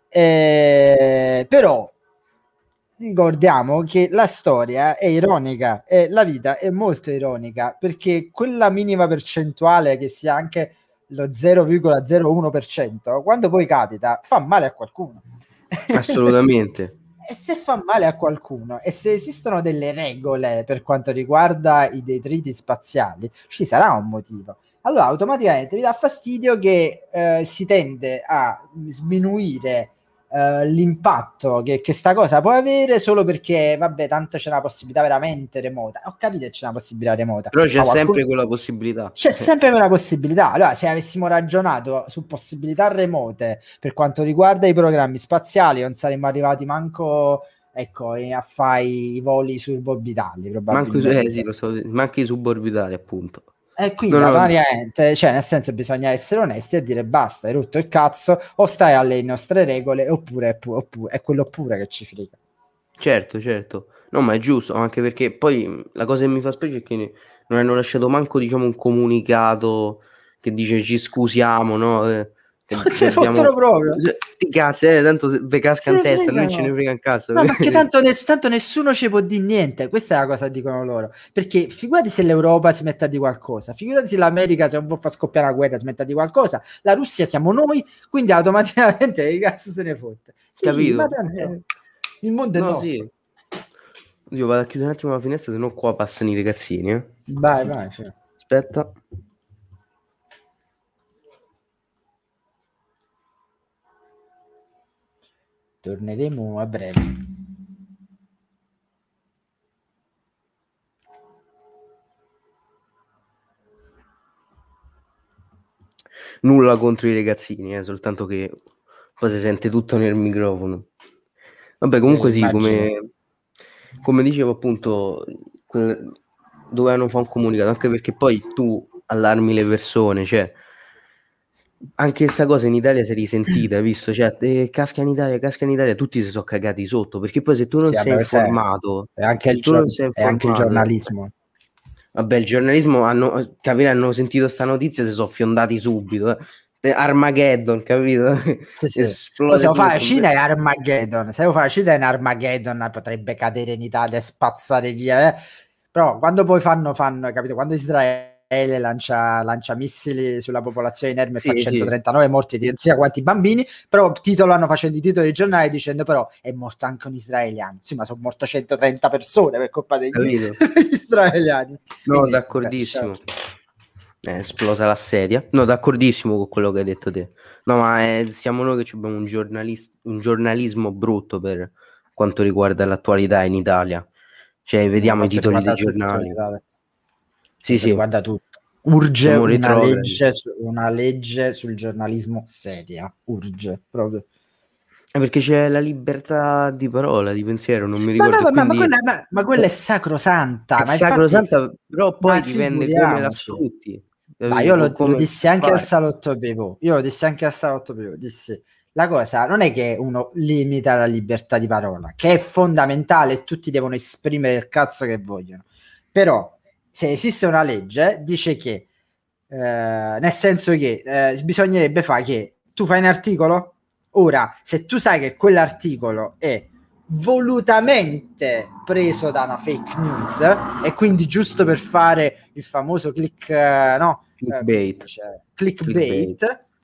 Eh, però ricordiamo che la storia è ironica e la vita è molto ironica, perché quella minima percentuale che sia anche lo zero virgola zero uno per cento, quando poi capita, fa male a qualcuno. Assolutamente. E se fa male a qualcuno e se esistono delle regole per quanto riguarda i detriti spaziali, ci sarà un motivo. Allora automaticamente mi dà fastidio che eh, si tende a sminuire Uh, l'impatto che, che sta cosa può avere solo perché vabbè tanto c'è una possibilità veramente remota. Ho capito che c'è una possibilità remota, Però c'è qualcuno... sempre quella possibilità. C'è sempre quella possibilità. Allora, se avessimo ragionato su possibilità remote per quanto riguarda i programmi spaziali, non saremmo arrivati manco, ecco, a fare i voli suborbitali, Manco, probabilmente. eh, sì, lo so, manchi i suborbitali, appunto. E quindi No, no, automaticamente, cioè nel senso bisogna essere onesti e dire basta, hai rotto il cazzo, o stai alle nostre regole oppure, oppure è quello pure che ci frega. certo, certo. No, ma è giusto, anche perché poi la cosa che mi fa specie è che non hanno lasciato manco, diciamo, un comunicato che dice ci scusiamo, no? Eh, che Non se abbiamo... fottono proprio. Sti cazzi, eh, tanto ve casca in testa, noi ce ne frega un cazzo. No, ma che tanto, ness- tanto nessuno ci può dire niente, questa è la cosa che dicono loro, perché figurati se l'Europa si mette a di qualcosa, figurati se l'America se non può far scoppiare una guerra si mette a di qualcosa, la Russia siamo noi, quindi automaticamente che cazzo se ne fotte. Sì, Capito? sì, ma tanto, Eh, il mondo è no, nostro. sì. Io vado a chiudere un attimo la finestra, sennò qua passano i ragazzini, eh. Vai, vai. Cioè. Aspetta. Torneremo a breve. Nulla contro i ragazzini, eh, soltanto che poi si sente tutto nel microfono. Vabbè, comunque Eh, sì, come, come dicevo appunto, que- dovevano fare un comunicato, anche perché poi tu allarmi le persone, cioè anche questa cosa in Italia si è risentita, hai visto? Cioè, eh, casca in Italia, casca in Italia, tutti si sono cagati sotto, perché poi se tu non sì, sei vabbè, informato, è anche, se il, tu non gior- sei è anche il informato, giornalismo. Vabbè, il giornalismo hanno, capire, hanno sentito sta notizia, si sono fiondati subito. Eh. Armageddon, capito? Sì, sì. Esplode Se lo fa la tutto. Cina è Armageddon, se lo fa la Cina è Armageddon potrebbe cadere in Italia e spazzare via, eh. Però quando poi fanno, fanno capito, quando Israele lancia, lancia missili sulla popolazione inerme e Sì, fa sì. centotrentanove morti di non sia quanti bambini, però titolano facendo i titoli dei giornali dicendo però è morto anche un israeliano, sì, ma sono morto centotrenta persone per colpa degli, degli israeliani. No, Quindi, d'accordissimo. beh, È esplosa la sedia. No, d'accordissimo con quello che hai detto te. No, ma è, siamo noi che abbiamo un, giornalis- un giornalismo brutto per quanto riguarda l'attualità in Italia. Cioè, vediamo no, i titoli dei tutto, giornali. Sì, Sì, sì. Guarda tutto. Urge Siamo una retrogradi. legge, su- una legge sul giornalismo seria. Urge proprio. È perché c'è la libertà di parola, di pensiero, non mi Ma, ricordo. ma, ma, quindi... ma, quella, ma, ma quella è sacrosanta. È Ma infatti, sacrosanta, però poi ma dipende come la figuriamoci. sfrutti. Ma io lo, lo Come dissi anche fai. al salotto Pivot. Io lo dissi anche al salotto Pivot. Dissi, la cosa non è che uno limita la libertà di parola, che è fondamentale e tutti devono esprimere il cazzo che vogliono. Però, se esiste una legge, dice che Eh, nel senso che eh, bisognerebbe fare che tu fai un articolo, ora se tu sai che quell'articolo è volutamente preso da una fake news e quindi giusto per fare il famoso click, eh, no, Clickbait. eh, clickbait, clickbait,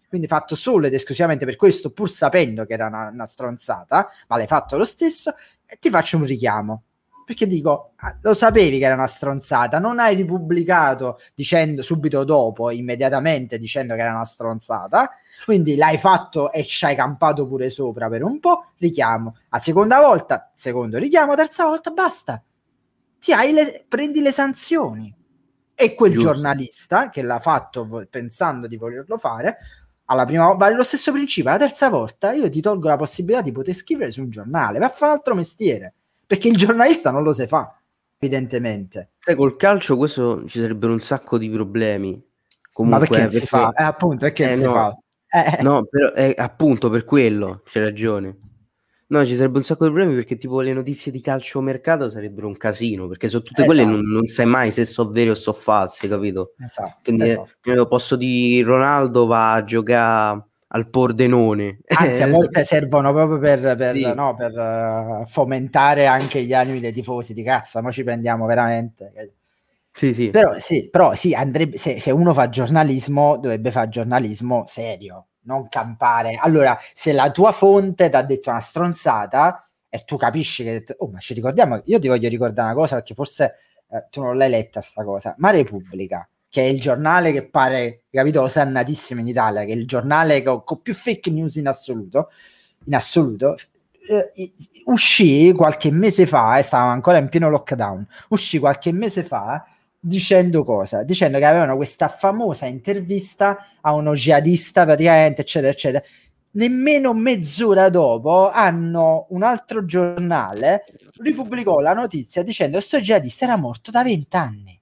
quindi fatto solo ed esclusivamente per questo, pur sapendo che era una, una stronzata, ma l'hai fatto lo stesso, e ti faccio un richiamo. Perché dico, ah, lo sapevi che era una stronzata, non hai ripubblicato dicendo subito dopo, immediatamente dicendo che era una stronzata, quindi l'hai fatto e ci hai campato pure sopra per un po', richiamo. A seconda volta, secondo richiamo, terza volta, basta. Ti hai le, prendi le sanzioni. E quel Giusto. giornalista che l'ha fatto pensando di volerlo fare, alla prima volta, lo stesso principio, la terza volta io ti tolgo la possibilità di poter scrivere su un giornale, va a fare un altro mestiere, perché il giornalista non lo si fa, evidentemente. Sai, col calcio questo ci sarebbero un sacco di problemi. Ma Comunque, perché non perché... si fa? Eh, appunto, perché eh, non si no, fa? Eh. no, però è appunto per quello, c'hai ragione. No, ci sarebbe un sacco di problemi perché tipo le notizie di calciomercato sarebbero un casino, perché su tutte quelle Esatto. non, non sai mai se so vere o so false, capito? Esatto, Quindi esatto. eh, posso dire Ronaldo va a giocare al Pordenone. Anzi, a volte servono proprio per, per, Sì. no, per uh, fomentare anche gli animi dei tifosi, di cazzo, noi ci prendiamo veramente. Sì, sì. Però sì, però sì, andrebbe, se, se uno fa giornalismo, dovrebbe fare giornalismo serio, non campare. Allora, se la tua fonte ti ha detto una stronzata e tu capisci che... Oh, ma ci ricordiamo, io ti voglio ricordare una cosa perché forse eh, tu non l'hai letta sta cosa, ma Repubblica, che è il giornale che pare, capito, osannatissimo in Italia, che è il giornale con, con più fake news in assoluto, in assoluto, eh, uscì qualche mese fa, e eh, stavamo ancora in pieno lockdown, uscì qualche mese fa dicendo cosa? Dicendo che avevano questa famosa intervista a uno jihadista praticamente, eccetera, eccetera. Nemmeno mezz'ora dopo hanno un altro giornale ripubblicò la notizia dicendo che sto jihadista era morto da vent'anni.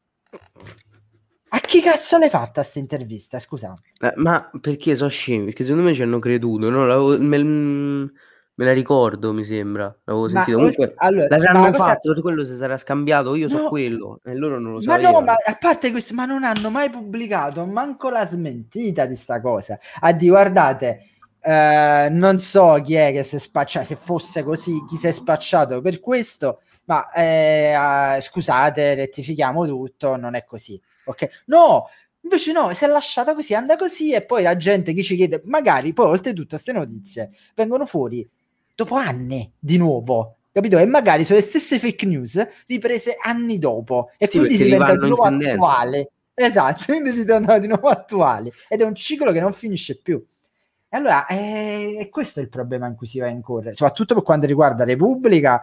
A chi cazzo l'hai fatta sta intervista? Scusami. Eh, ma perché sono scemi? Perché secondo me ci hanno creduto, no? L'avevo- me, me la ricordo, mi sembra. L'avevo Ma sentito. Comunque allora, ma l'avranno cosa... fatto, per quello si sarà scambiato. Io so No, quello, e loro non lo ma no, ma sapevano. a parte questo, ma non hanno mai pubblicato manco la smentita di sta cosa. A di guardate, eh, non so chi è che si è spacciato, se fosse così, chi si è spacciato per questo, ma eh, scusate, rettifichiamo tutto, non è così. Ok? No, invece no, si è lasciata così, anda così e poi la gente che ci chiede, magari poi oltretutto queste notizie vengono fuori dopo anni di nuovo, capito? E magari sono le stesse fake news riprese anni dopo e Sì, quindi perché si diventa di rivanno in nuovo tendenza. attuale. Esatto, quindi ritornano di nuovo attuali ed è un ciclo che non finisce più. E allora è, è questo il problema in cui si va a incorrere, soprattutto per quanto riguarda Repubblica,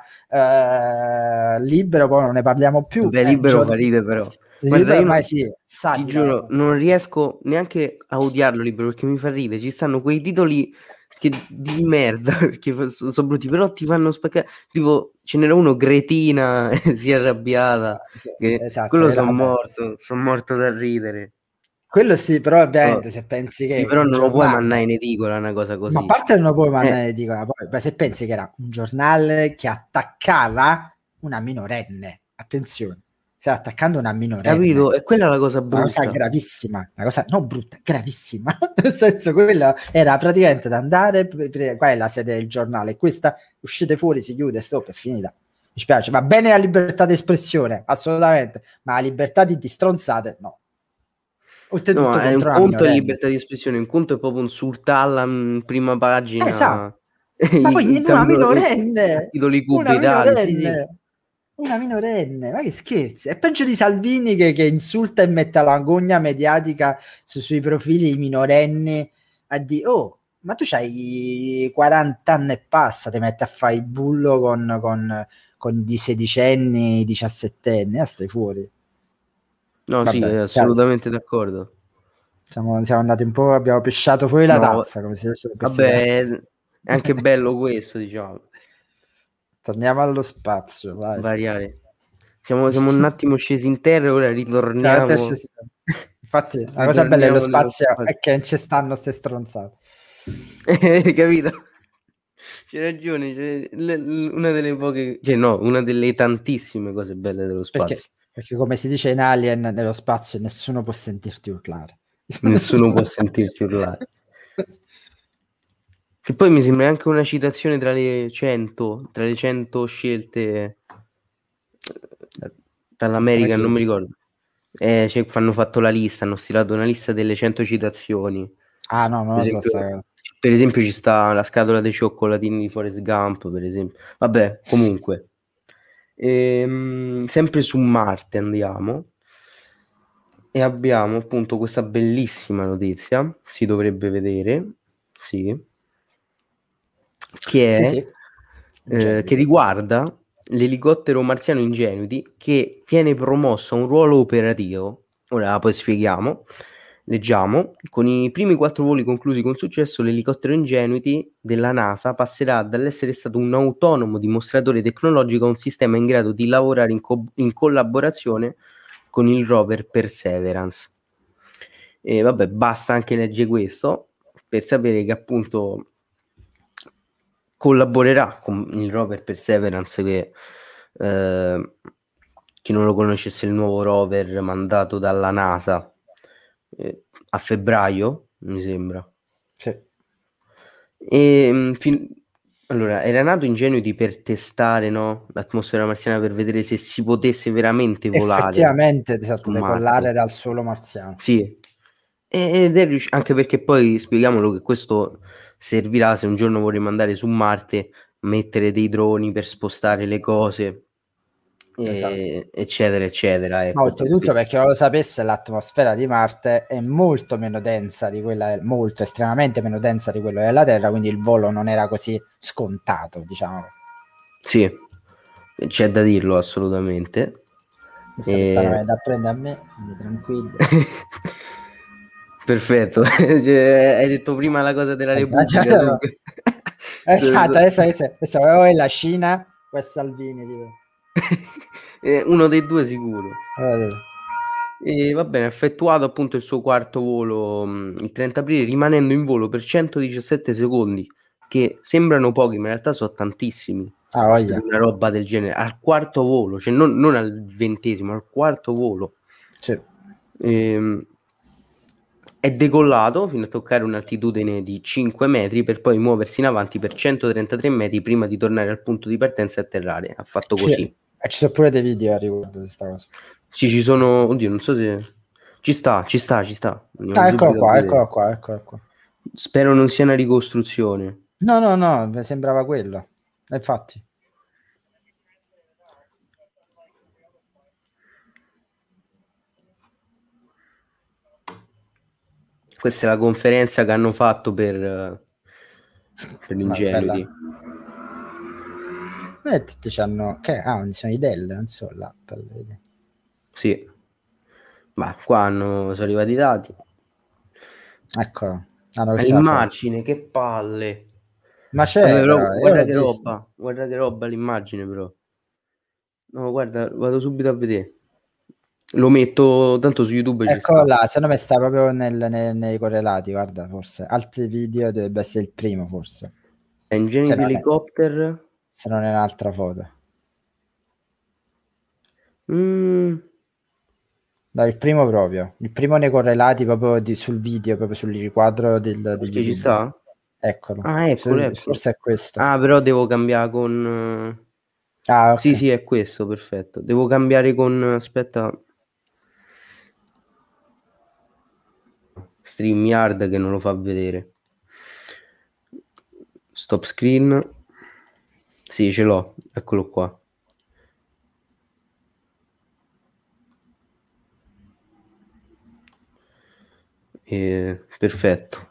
eh, Libero, poi non ne parliamo più. Beh, Eh, Libero fa giorni... ride però. Guarda, Libero io non, ormai sì, ti satira. giuro, non riesco neanche a odiarlo Libero perché mi fa ridere. Ci stanno quei titoli che di merda perché sono so brutti, però ti fanno spaccare. Tipo, ce n'era uno, Gretina si è arrabbiata. Che... Esatto, Quello era, sono vabbè. morto, sono morto da ridere. Quello sì, però ovviamente Oh, se pensi sì, che però un non lo puoi mandare giornale... in edicola una cosa Ma a così. parte non lo puoi Eh, mandare in edicola, poi, beh, se pensi che era un giornale che attaccava una minorenne, attenzione, stava attaccando una minorenne, capito? E quella è la cosa una cosa brutta. gravissima, una cosa non brutta, gravissima, nel senso quella era praticamente da andare, pre- pre- qua è la sede del giornale, questa uscite fuori, si chiude, stop, è finita. Mi spiace, va bene la libertà di espressione, assolutamente, ma la libertà di, di stronzate, no. No, Oltretutto ma è un contro una conto è minorenne. libertà di espressione, un conto è proprio insultarla in prima Esatto. pagina, Ma poi in una cambio, a minorenne, titoli una cubitali. Sì, sì. minorenne, una minorenne, ma che scherzi? È peggio di Salvini che, che insulta e mette la gogna mediatica su- sui profili minorenni a dire, oh, ma tu c'hai quaranta anni e passa, ti metti a fare il bullo con, con, con i sedicenni, i diciassettenni, ah, stai fuori. No, sì, Vabbè, chiaro, assolutamente d'accordo. siamo, siamo andati un po', abbiamo pesciato fuori la No, tazza, come si dice in questi vabbè, casi. è anche bello questo, diciamo, Torniamo allo spazio, vai. variare. Siamo, siamo un attimo scesi in terra e ora Cioè, te ritorniamo, ci sta. Infatti, la cosa bella dello ritorniamo nello spazio spazio. è che non ci stanno ste stronzate. Capito? C'hai ragione, c'è le- l- una delle poche, cioè no, una delle tantissime cose belle dello Perché, spazio. perché come si dice in Alien, nello spazio nessuno può sentirti urlare. Nessuno può sentirti urlare. Che poi mi sembra anche una citazione tra le cento, tra le cento scelte eh, dall'America, non Perché? mi ricordo. Eh, cioè, hanno fatto la lista, hanno stilato una lista delle cento citazioni. Ah no, non Per lo so esempio, sta... per esempio ci sta la scatola dei cioccolatini di Forrest Gump, per esempio. Vabbè, comunque. Ehm, sempre su Marte andiamo e abbiamo appunto questa bellissima notizia, si dovrebbe vedere, sì, che Sì, è sì, eh, che Ingenuity. riguarda l'elicottero marziano Ingenuity che viene promosso a un ruolo operativo. Ora poi spieghiamo. Leggiamo, con i primi quattro voli conclusi con successo, l'elicottero Ingenuity della NASA passerà dall'essere stato un autonomo dimostratore tecnologico a un sistema in grado di lavorare in, co- in collaborazione con il rover Perseverance. E vabbè, basta anche leggere questo per sapere che appunto collaborerà con il rover Perseverance che eh, chi non lo conoscesse è il nuovo rover mandato dalla NASA eh, a febbraio, mi sembra. Sì. E, mh, fin- allora, era nato Ingenuity per testare, no, l'atmosfera marziana per vedere se si potesse veramente volare Effettivamente, su esatto, decollare Marte. dal suolo marziano. Sì, E- ed è riusci- anche perché poi spieghiamolo che questo servirà se un giorno vorremmo andare su Marte, mettere dei droni per spostare le cose, Esatto. e- eccetera, eccetera. Ma Ecco, per- oltretutto, per- per chi non lo sapesse, l'atmosfera di Marte è molto meno densa di quella, molto, estremamente meno densa di quella della Terra, quindi il volo non era così scontato, diciamo. sì, c'è da dirlo assolutamente. Questa mi stanno E- venendo a prendere a me, quindi tranquilli. Perfetto, Cioè, hai detto prima la cosa della Ecco, Repubblica, cioè, dunque. So- esatto, so- adesso, adesso, adesso o è la Cina o è Salvini. Tipo. Eh, uno dei due sicuro. Eh, E va bene, ha effettuato appunto il suo quarto volo mh, il trenta aprile, rimanendo in volo per centodiciassette secondi, che sembrano pochi, ma in realtà sono tantissimi Ah, per voglia. una roba del genere. Al quarto volo, cioè non, non al ventesimo, al quarto volo. Sì. Ehm, è decollato fino a toccare un'altitudine di cinque metri per poi muoversi in avanti per centotrentatré metri prima di tornare al punto di partenza e atterrare. Ha fatto Sì. così. E ci sono pure dei video a riguardo di questa cosa. Sì, ci sono, oddio, non so se ci sta, ci sta, ci sta. Andiamo Ah, eccolo subito a qua, vedere. eccolo qua, eccolo qua. Spero non sia una ricostruzione. No, no, no, mi sembrava quello. E infatti. Questa è la conferenza che hanno fatto per, eh, per Ma bella. l'Ingenuity. E tutti c'hanno... Che? Ah, ci sono i Dell, non so, l'app. Vedi. Sì, ma qua hanno, sono arrivati i dati. Eccolo. Hanno Ma questa foto. l'immagine, che palle. Ma Vabbè, c'è, però, però, io guarda l'ho che visto. roba, guarda che roba l'immagine, però. No, guarda, vado subito a vedere. Lo metto, tanto su YouTube ci Eccolo sta. là, secondo me sta proprio nel, nel- nei correlati, guarda, forse. Altri video dovrebbe essere il primo, forse. È Se Ingenuity non è, Helicopter. se non è un'altra foto. Mm, No, il primo proprio. Il primo nei correlati proprio di- sul video, proprio sul riquadro del, di perché ci YouTube. sta? Eccolo. Ah, eccolo, Se- eccolo. Forse è questo. Ah, però devo cambiare con... eh, Ah, Sì, ok. sì, è questo, perfetto. Devo cambiare con... Aspetta, StreamYard che non lo fa vedere. Stop screen. Sì, ce l'ho, eccolo qua. Eh, perfetto.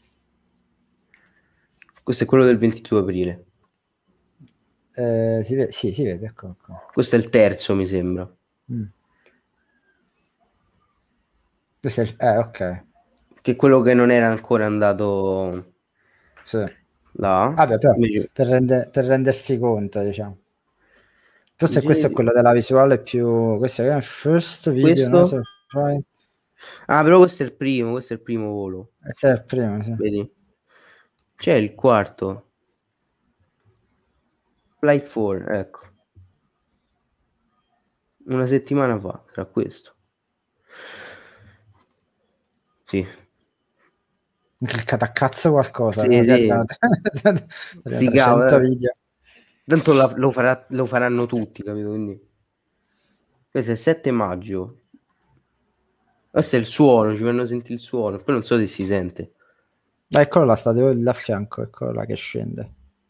Questo è quello del ventidue aprile. Eh, si vede, sì, si vede, eccolo qua. Questo è il terzo, mi sembra. Mm. Questo è il- eh, ok. Che è quello che non era ancora andato Sì. là. Vabbè, però, Invece, per, rende- per rendersi conto, diciamo. Forse questo è Ingenuity- quello della visuale più... Questo è il first video, no? questo? Se- right? Ah, però questo è il primo, questo è il primo volo. Questo è il primo, sì. Vedi? C'è il quarto. Flight quattro, ecco. Una settimana fa, sarà questo. Sì. Cliccate a cazzo qualcosa, Sì, così sì. arrivano, arrivano Sti cavoli, trecento eh. video. Tanto la- lo, farà- lo faranno tutti, capito? Quindi... Questo è il sette maggio. Questo è il suono, ci fanno sentire il suono. Poi non so se si sente. Eccolo là, sta da fianco, eccolo là che scende.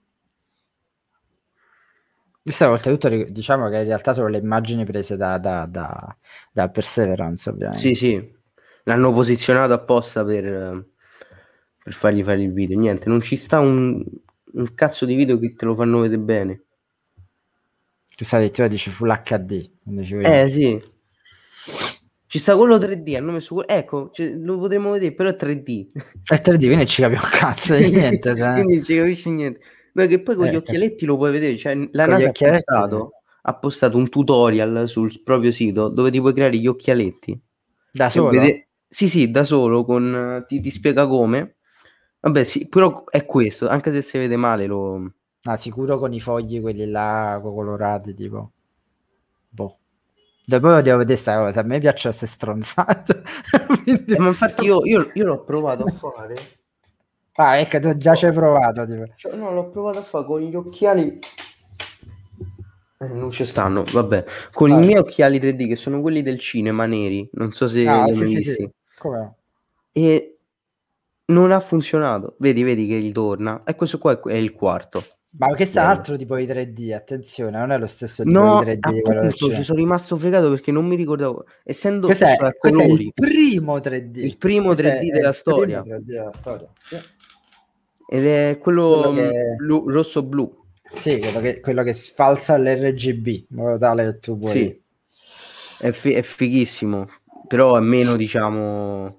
Questa oltretutto diciamo che in realtà sono le immagini prese da, da, da, da Perseverance, ovviamente. Sì, sì, l'hanno posizionato apposta per, per fargli fare il video. Niente, non ci sta un, un cazzo di video che te lo fanno vedere bene. Che sai, tu dici Full acca di. Eh sì, ci sta quello tre D, hanno messo quello, ecco, cioè, lo potremmo vedere, però è tre D. È tre D, quindi ci capiamo un cazzo di niente. Quindi non ci capisci niente. No, che poi con eh, gli occhialetti lo puoi vedere, cioè la NASA ha postato, ha postato un tutorial sul proprio sito dove ti puoi creare gli occhialetti. Da solo? Vede... Sì, sì, da solo, con... ti, ti spiega come. Vabbè, sì, però è questo, anche se si vede male lo... Ah, sicuro con i fogli quelli là colorati, tipo. Boh. Dopo devo vedere sta cosa, a me piacciono queste stronzate. Quindi... Ma infatti io, io, io l'ho provato a fare. Ah, ecco, tu già oh, ci hai provato. Tipo. Cioè, no, l'ho provato a fare con gli occhiali... Eh, non ci stanno, vabbè. Con ah. i miei occhiali tre D, che sono quelli del cinema neri, non so se ah, li hai sì, mai sì, visti. Sì. Com'è? E non ha funzionato. Vedi, vedi che ritorna. E questo qua è il quarto. Ma questo è un altro tipo di tre D, attenzione, non è lo stesso tipo no, di tre D. Appunto, ci sono rimasto fregato perché non mi ricordavo. Essendo questo è, a questo è colori, il primo tre D. Il primo questo tre D della storia. tre D della storia. Sì. Ed è quello, quello che... blu, rosso-blu. Sì, quello che, quello che sfalza l'R G B, in modo tale che tu puoi... Sì, è, fi- è fighissimo, però è meno, sì. diciamo...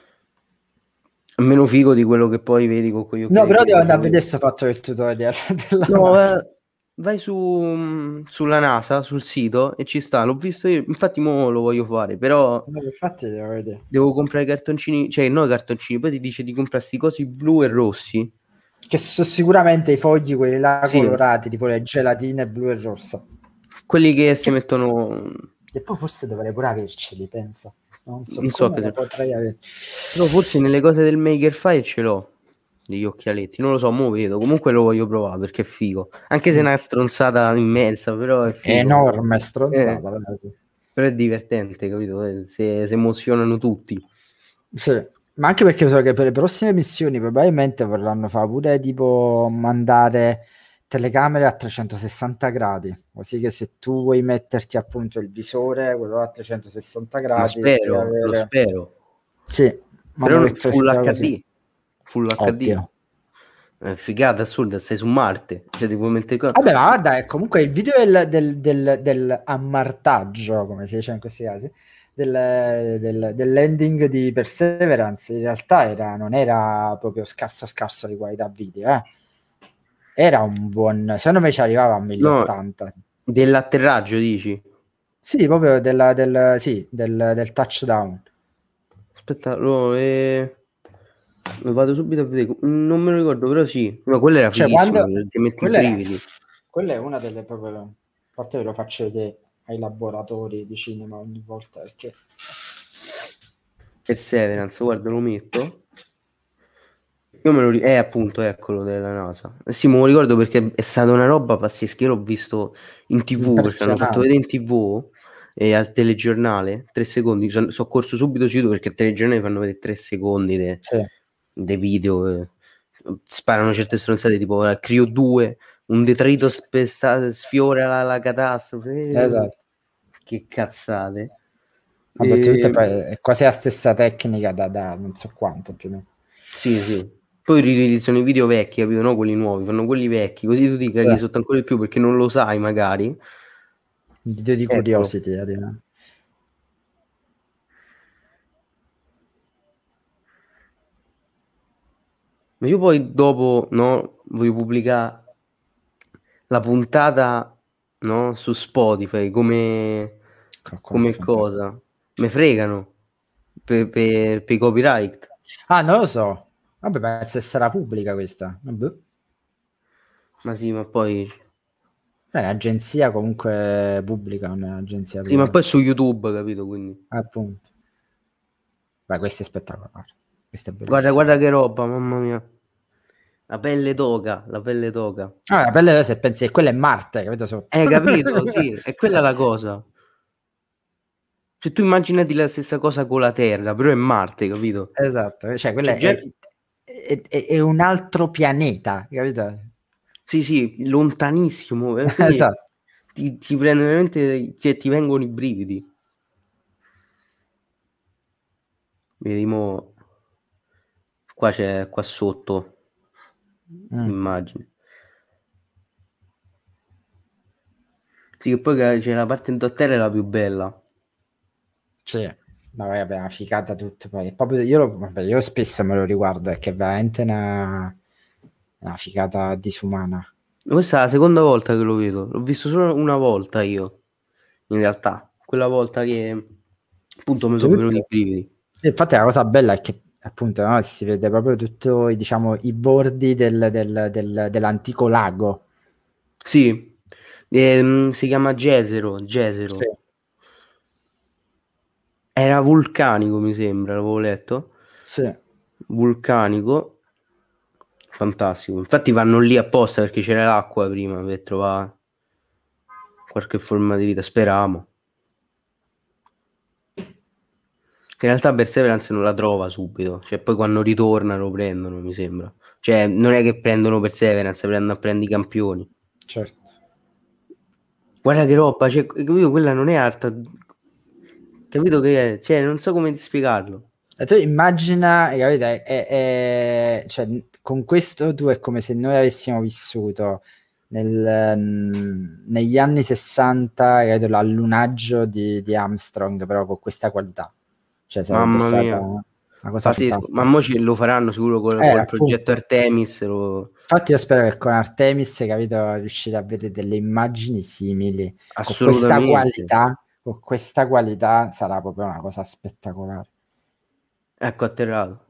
meno figo di quello che poi vedi con quegli occhiali. No, però devo andare a vedere se ho fatto il tutorial della no, NASA. Eh, vai su sulla NASA, sul sito, e ci sta, l'ho visto io, infatti mo lo voglio fare, però no, infatti devo vedere. Devo comprare i cartoncini, cioè no i cartoncini, poi ti dice di comprare sti cosi blu e rossi. Che sono sicuramente i fogli, quelli là sì. colorati, tipo le gelatine blu e rossa. Quelli che si mettono... E poi forse dovrei pure averceli, penso. Non so, non so come che potrei avere. No, forse nelle cose del Maker File ce l'ho degli occhialetti, non lo so, mo vedo. Comunque lo voglio provare perché è figo. Anche se è una stronzata immensa, però è figo. È enorme stronzata, eh. però, sì. Però è divertente, capito? Si, si emozionano tutti. Sì, ma anche perché so che per le prossime missioni probabilmente vorranno fare pure tipo mandare telecamere a trecentosessanta gradi, così che se tu vuoi metterti appunto il visore, quello a trecentosessanta gradi, ma spero, avere... lo spero. Sì, però full acca di, full acca di. Ovvio. È figata assurda, sei su Marte, cioè ti puoi mettere qua. Vabbè, ma guarda, è comunque il video del, del, del, del ammartaggio, come si dice in questi casi, del, del, del landing di Perseverance, in realtà era, non era proprio scarso scarso di qualità video, eh. Era un buon, secondo me ci arrivava a mille ottanta. No, dell'atterraggio dici? Sì, proprio della, del, sì, del, del touchdown. Aspetta, lo, eh... lo vado subito a vedere, non me lo ricordo, però sì, ma quello era cioè, fighissimo, quando... ti metti i brividi. Quella è una delle proprio, a parte ve lo faccio vedere ai laboratori di cinema ogni volta, perché Perseverance, guarda, lo metto. Io me lo ricordo, eh appunto, eccolo della NASA. Eh sì, me lo ricordo perché è stata una roba pazzesca, io l'ho visto in tv, perché hanno fatto vedere in tv e al telegiornale, tre secondi, sono so corso subito su YouTube perché al telegiornale fanno vedere tre secondi dei sì. de video, eh, sparano certe stronzate tipo la Crio due, un detrito spessa, sfiora la, la catastrofe, esatto. Che cazzate. Vabbè, e... poi è quasi la stessa tecnica da, da non so quanto più o meno. Sì, sì. Poi riutilizzano i video vecchi, capito? No, quelli nuovi, fanno quelli vecchi, così tu ti caghi sì. sotto ancora di più perché non lo sai magari. Il video di Curiosity, eh. Ma io poi dopo, no, voglio pubblicare la puntata, no, su Spotify come, come cosa. Me fregano per, per, per i copyright. Ah, non lo so. Vabbè, ma se sarà pubblica questa. Vabbè. Ma sì, ma poi... È un'agenzia comunque pubblica, un'agenzia sì, privata. Ma poi su YouTube, capito? Quindi. Appunto. Beh, questo è spettacolare. Questo è guarda, guarda che roba, mamma mia. La pelle d'oca, la pelle d'oca. Ah, la pelle se pensi che quella è Marte, capito? Sotto. Eh, capito, sì, è quella la cosa. Cioè tu immaginati la stessa cosa con la Terra, però è Marte, capito? Esatto, cioè quella cioè, è, è, è, è un altro pianeta, capito? Sì, sì, lontanissimo, e quindi Esatto. ti, ti prende veramente, cioè, ti vengono i brividi. Vedi, mo, qua c'è, qua sotto, Mm. immagini. Sì, che poi c'è la parte in terra è la più bella. Sì, ma vabbè, è una figata tutto. Poi. Proprio io, lo- vabbè, io spesso me lo riguardo, è che è veramente una, una figata disumana. Questa è la seconda volta che lo vedo. L'ho visto solo una volta io, in realtà. Quella volta che appunto mi sono venuti i Tutto. brividi. E infatti la cosa bella è che appunto no, si vede proprio tutto, i- diciamo, i bordi del- del- del- dell'antico lago. Sì, ehm, si chiama Gesero, Sì. Gesero. Era vulcanico, mi sembra, l'avevo letto. Sì. Vulcanico, fantastico. Infatti vanno lì apposta perché c'era l'acqua prima per trovare qualche forma di vita, speriamo. Che in realtà Perseverance non la trova subito, cioè poi quando ritorna lo prendono, mi sembra. Cioè, non è che prendono Perseverance, prendono a prendere i campioni. Certo. Guarda che roba, cioè, capito, quella non è alta. Capito che è? Cioè, non so come spiegarlo. E tu immagina, hai capito, è- è- è- cioè, con questo tu è come se noi avessimo vissuto nel, mm, negli anni sessanta, hai capito, l'allunaggio di, di Armstrong, però con questa qualità. Cioè sarebbe Mamma stata mia, una cosa pazzesco. Ma fantastica. mo ce lo faranno sicuro col, Eh, col progetto appunto. Artemis. Lo... Infatti io spero che con Artemis, capito, riuscire a vedere delle immagini simili. Con questa Assolutamente. qualità, con questa qualità sarà proprio una cosa spettacolare. Ecco, atterrato.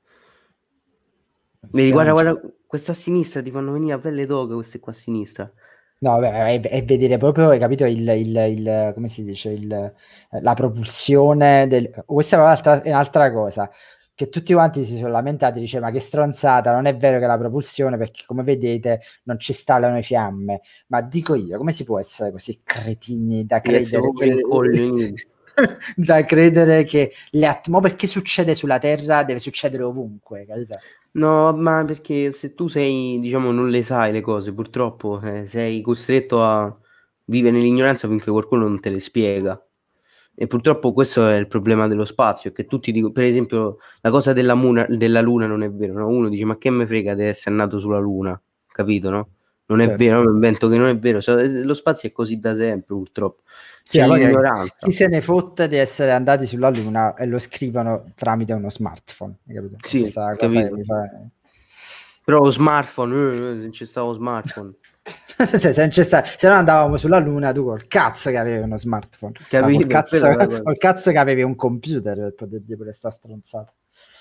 Vedi, guarda, Speriamoci. guarda, questa a sinistra ti fanno venire la pelle d'oca, queste qua a sinistra. No, beh, è, è vedere proprio, hai capito, il, il, il- come si dice, il, la propulsione del... Questa è un'altra, è un'altra cosa, che tutti quanti si sono lamentati, dice, ma che stronzata, non è vero che la propulsione, perché come vedete non ci stallano le fiamme. Ma dico io, come si può essere così cretini da Devi essere credere proprio che... rincoglionito. da credere che le atmosfere, perché succede sulla Terra, deve succedere ovunque, capito? No, ma perché se tu sei, diciamo, non le sai le cose, purtroppo eh, sei costretto a vivere nell'ignoranza finché qualcuno non te le spiega. E purtroppo questo è il problema dello spazio, che tutti dicono, per esempio, la cosa della, muna- della Luna non è vero, no? Uno dice, ma che me frega di essere nato sulla Luna, capito, no? Non è Certo. vero, è un invento che non è vero, so- lo spazio è così da sempre, purtroppo. Sì, C'è ma poi chi l'ignoranza. se ne fotte di essere andati sulla Luna e lo scrivono tramite uno smartphone, hai capito? Sì, Questa è la cosa che capito. mi fa... Però lo smartphone, eh, eh, non c'è stato smartphone, se, non c'è sta- se no andavamo sulla Luna, tu col cazzo che avevi uno smartphone, ma col capito? cazzo, Quella è la cosa. col cazzo che avevi un computer per poter dire pure sta stronzata.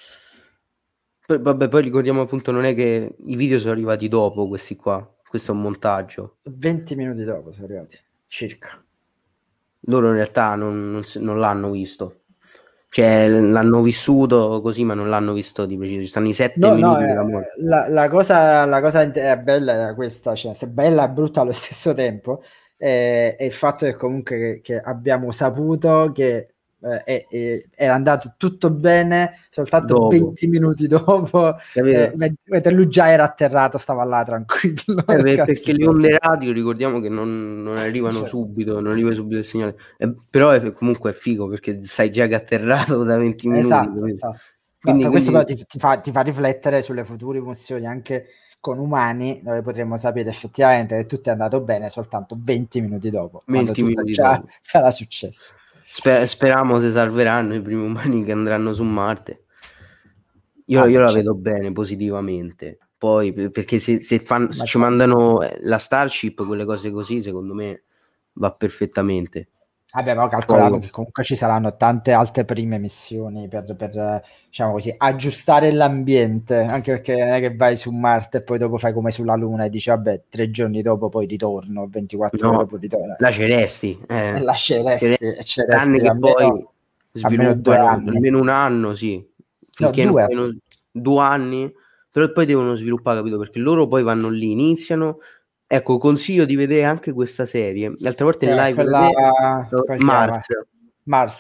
Poi, vabbè, poi ricordiamo appunto, non è che i video sono arrivati dopo questi qua, questo è un montaggio. venti minuti dopo sono arrivati, circa. Loro in realtà non, non s- non l'hanno visto, cioè l'hanno vissuto così, ma non l'hanno visto di preciso. Ci stanno i sette No, no, minuti eh, della morte. la, la cosa, la cosa int- è bella era questa, cioè, se bella e brutta allo stesso tempo, eh, è il fatto che comunque che, che abbiamo saputo che eh, è- è- era andato tutto bene soltanto Dopo, venti minuti dopo, eh, capito? med- mentre lui già era atterrato, stava là tranquillo. Eh, Che per- cazzo perché le sia? onde radio ricordiamo che non, non arrivano Cioè, subito, non arriva subito il segnale. Eh, però è- comunque è figo perché sai già che è atterrato da venti minuti, esatto, capito? esatto. No, Quindi, per questo però quindi ti, ti fa, ti fa riflettere sulle future funzioni anche con umani, dove potremmo sapere effettivamente che tutto è andato bene soltanto venti minuti dopo, quando venti tutto minuti già dopo. sarà successo. Sper- speriamo se salveranno i primi umani che andranno su Marte. Io, Ah, io beh, la certo. vedo bene, positivamente. Poi, per- perché se, se fanno- se Ma ci certo. mandano eh, la Starship, quelle cose così, secondo me va perfettamente. Vabbè, ma calcolavo Poi, che comunque ci saranno tante altre prime missioni per, per, eh, diciamo così, aggiustare l'ambiente, anche perché non è che vai su Marte e poi dopo fai come sulla Luna e dici, vabbè, tre giorni dopo poi ritorno, ventiquattro ore no, dopo ritorno. la Ceresti, E eh, lasceresti, Ceresti, e ci tranne resti che poi almeno, almeno due sviluppano anni. almeno un anno, sì, No, finché non due. poi non- due anni, però poi devono sviluppare, capito? Perché loro poi vanno lì, iniziano. Ecco, consiglio di vedere anche questa serie. L'altra volta in Che è live da quella, te, come si Mars, chiama? Mars.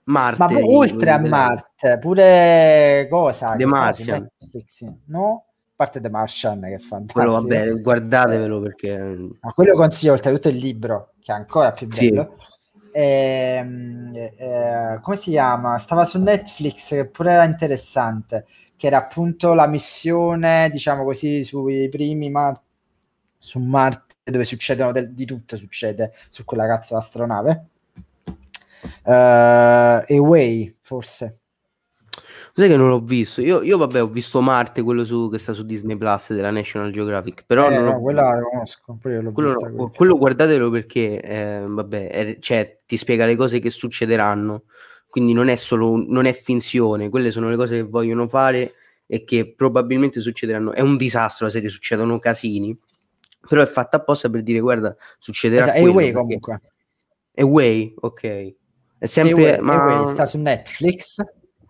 Marte, Ma pu- di, oltre a di Land. Marte, pure cosa The che stava su Martian. Netflix, no? A parte The Martian, che è Quello, fantastico. vabbè, Eh, guardatevelo perché ma quello consiglio oltretutto il libro, che è ancora più sì. bello. Ehm, eh, come si chiama? Stava su Netflix, che pure era interessante, che era appunto la missione, diciamo così, sui primi Mar- su Marte, dove succedono del- di tutto, succede su quella cazzo di astronave. Uh, Away, forse. Sai che non l'ho visto? Io, io, vabbè, ho visto Marte, quello su, che sta su Disney Plus della National Geographic, però Eh, non no, ho. quella la conosco, pure io l'ho vista Quello, quella. quello guardatelo perché, eh, vabbè, è- cioè, ti spiega le cose che succederanno, quindi non è solo, un- non è finzione, quelle sono le cose che vogliono fare e che probabilmente succederanno. È un disastro la serie, succedono casini, però è fatta apposta per dire, guarda, succederà Esatto, quello, Away perché comunque. è way, ok. È sempre, Away, Away ma sta su Netflix.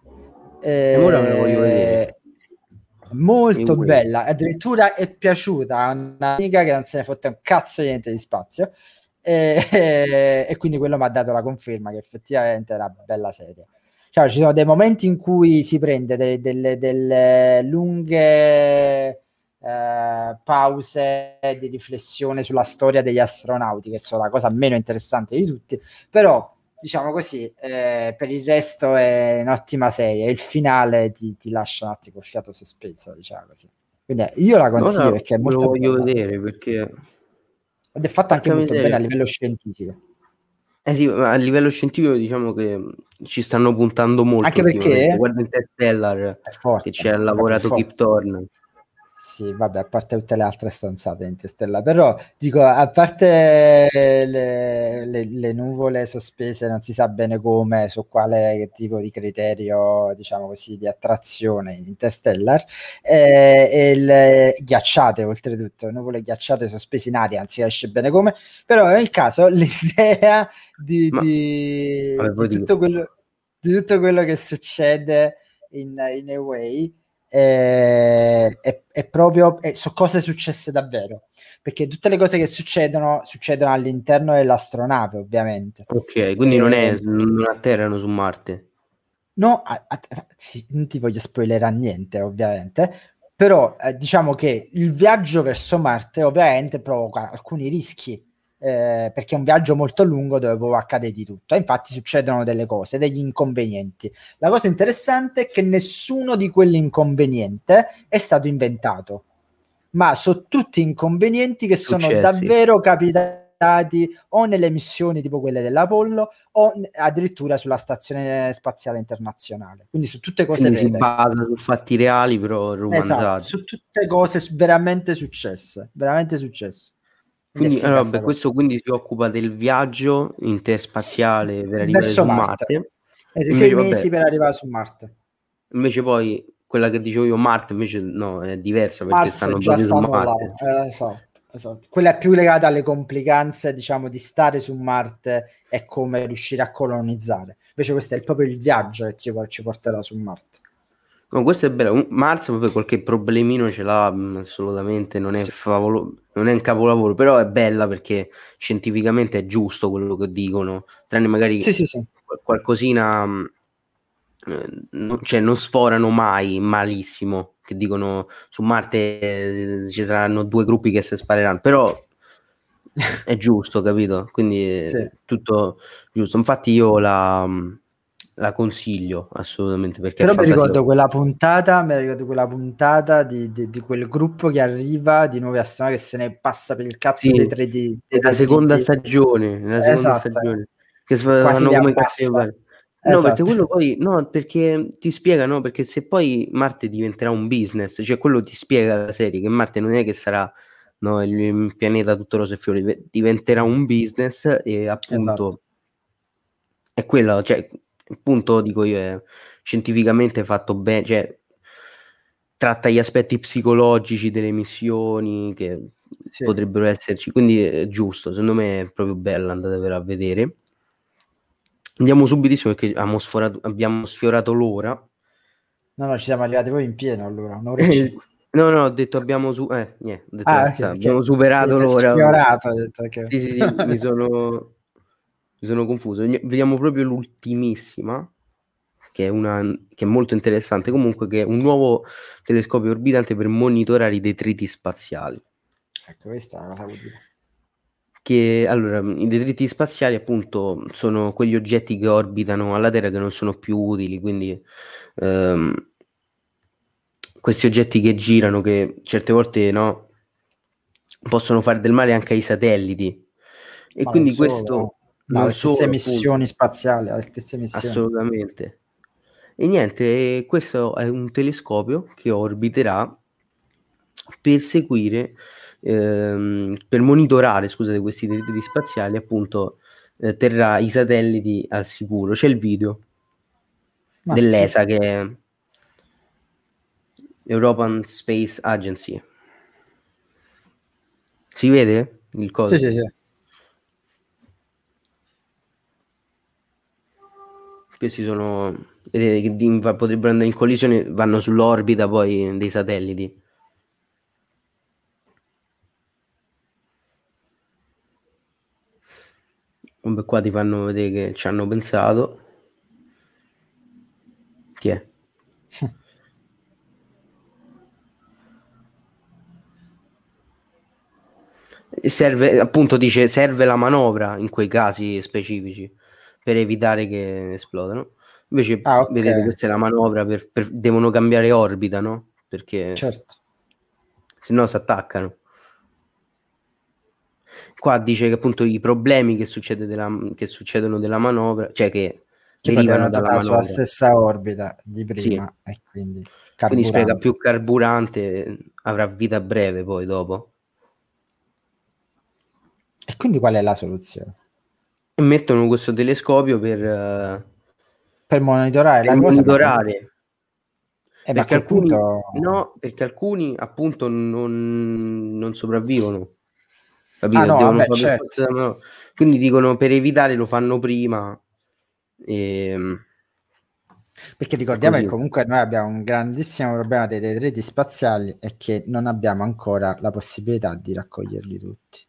e ora me lo voglio vedere. Eh, molto Away. bella, addirittura è piaciuta a un'amica che non se ne fotte un cazzo di niente di spazio. E, e, e quindi quello mi ha dato la conferma che effettivamente è una bella serie. Cioè, ci sono dei momenti in cui si prende delle, delle, delle lunghe eh, pause di riflessione sulla storia degli astronauti, che sono la cosa meno interessante di tutti, però diciamo così, eh, per il resto è un'ottima serie. Il finale ti, ti lascia un attimo il fiato sospeso, diciamo così. Quindi eh, io la consiglio Ora perché è me lo molto voglio bella vedere perché, ed è fatta anche porca molto bene a miseria. livello scientifico. Eh sì, ma a livello scientifico diciamo che ci stanno puntando molto Anche ultimamente. perché Guarda Interstellar, è che forte, ci ha vabbè, per lavorato Kip forza. Thorne. Sì, vabbè, a parte tutte le altre stronzate in Interstellar, però dico, a parte le, le- le nuvole sospese, non si sa bene come, su quale tipo di criterio, diciamo così, di attrazione in Interstellar, eh, e le ghiacciate, oltretutto, nuvole ghiacciate sospese in aria, non si capisce bene come, però nel caso l'idea di, Ma di- vabbè, di poi dico, tutto quello, di tutto quello che succede in, in Away eh, è, è proprio è, su cose successe davvero, perché tutte le cose che succedono succedono all'interno dell'astronave, ovviamente. ok, quindi non è, Eh, non atterrano su Marte. no, a- a- a- sì, non ti voglio spoilerare niente, ovviamente, però eh, diciamo che il viaggio verso Marte ovviamente provoca alcuni rischi, eh, perché è un viaggio molto lungo dove può accadere di tutto. E infatti succedono delle cose, degli inconvenienti. La cosa interessante è che nessuno di quelli inconvenienti è stato inventato, ma sono tutti inconvenienti che sono Successi. davvero capitati o nelle missioni tipo quelle dell'Apollo o addirittura sulla Stazione Spaziale Internazionale. Quindi su tutte cose Quindi si vere. basa su fatti reali, però Esatto, romanzati. su tutte cose veramente successe, veramente successe. Quindi è Quindi, figa allora, sta vabbè, cosa. questo quindi si occupa del viaggio interspaziale per arrivare Verso su Marte. Marte. Eh, sei Invece, vabbè, mesi per arrivare su Marte. invece poi quella che dicevo io, Marte, invece no, è diversa perché Mars stanno già proprio su stanno Marte. là, eh, esatto, esatto. Quella è più legata alle complicanze, diciamo, di stare su Marte e come riuscire a colonizzare. Invece questo è proprio il viaggio che ci, ci porterà su Marte. No, questo è bello. Mars proprio qualche problemino ce l'ha, mh, assolutamente, non è Sì, favolo- non è un capolavoro, però è bella perché scientificamente è giusto quello che dicono, tranne magari sì, sì. Sì. qual- qualcosina, mh, eh, non, cioè non sforano mai malissimo, che dicono su Marte eh, ci saranno due gruppi che si spareranno, però è giusto, capito? Quindi Sì. è tutto giusto. Infatti io la, la consiglio assolutamente perché è Però mi fantasia. ricordo quella puntata, mi ricordo quella puntata di, di- di quel gruppo che arriva di nuovi astronauti che se ne passa per il cazzo dei, Sì, tre D dei nella seconda detriti. stagione, nella seconda Esatto, stagione, che s- quasi fanno li come cazzo gli ammazza. pare. No, perché Esatto, quello poi, no, perché ti spiega, no, perché se poi Marte diventerà un business, cioè quello ti spiega la serie, che Marte non è che sarà, no, il, il pianeta tutto rose e fiori, div- diventerà un business e esatto. appunto è quello, cioè, il punto, dico io, è scientificamente fatto bene, cioè, tratta gli aspetti psicologici delle missioni che Sì. potrebbero esserci, quindi è giusto, secondo me è proprio bella, andatevela a vedere. Andiamo subitissimo perché abbiamo sforato, abbiamo sfiorato l'ora. No, no, ci siamo arrivati poi in pieno allora, un'ora e cinque. No, no, ho detto abbiamo su eh, niente, ho detto Ah, una ok, cazzata, perché abbiamo superato avete l'ora. sfiorato, ho detto che... Sì, sì, sì, mi sono mi sono confuso. Vediamo proprio l'ultimissima, che è, una, che è molto interessante, comunque, che è un nuovo telescopio orbitante per monitorare i detriti spaziali. Ecco, questa è una cosa utile. Che, allora, i detriti spaziali appunto sono quegli oggetti che orbitano alla Terra che non sono più utili, quindi ehm, questi oggetti che girano, che certe volte no, possono fare del male anche ai satelliti. E Ma non quindi solo, questo eh. Ma non le stesse solo, missioni appunto, spaziali, le stesse missioni. assolutamente. E niente, questo è un telescopio che orbiterà per seguire, ehm, per monitorare, scusate, questi detriti spaziali, appunto, eh, terrà i satelliti al sicuro. C'è il video Ah, sì. dell'E S A, che è European Space Agency. Si vede il Sì, coso? sì, sì. Questi sono, vedete che di- va- potrebbero andare in collisione, vanno sull'orbita poi dei satelliti. Comunque qua ti fanno vedere che ci hanno pensato. Chi è? Serve, appunto, dice, serve la manovra in quei casi specifici per evitare che esplodano. Invece, Ah, ok, vedete, questa è la manovra per, per- devono cambiare orbita, no? Perché certo. se no si attaccano. Qua dice che appunto i problemi che, succede della, che succedono della manovra, cioè che Che poi derivano devono dalla tornare sulla manovra. stessa orbita di Sì, prima e quindi quindi spreca carburante. più carburante, avrà vita breve poi dopo. E quindi qual è la soluzione? E mettono questo telescopio per, eh, Per monitorare per la cosa, ma comunque... monitorare. Eh, ma a Perché quel alcuni punto... no, perché alcuni appunto non, non sopravvivono, Ah capito? no, Devono vabbè, fare per certo. forza, no. Quindi dicono per evitare lo fanno prima e, Perché e ricordiamo che così. comunque noi abbiamo un grandissimo problema dei detriti spaziali e che non abbiamo ancora la possibilità di raccoglierli tutti.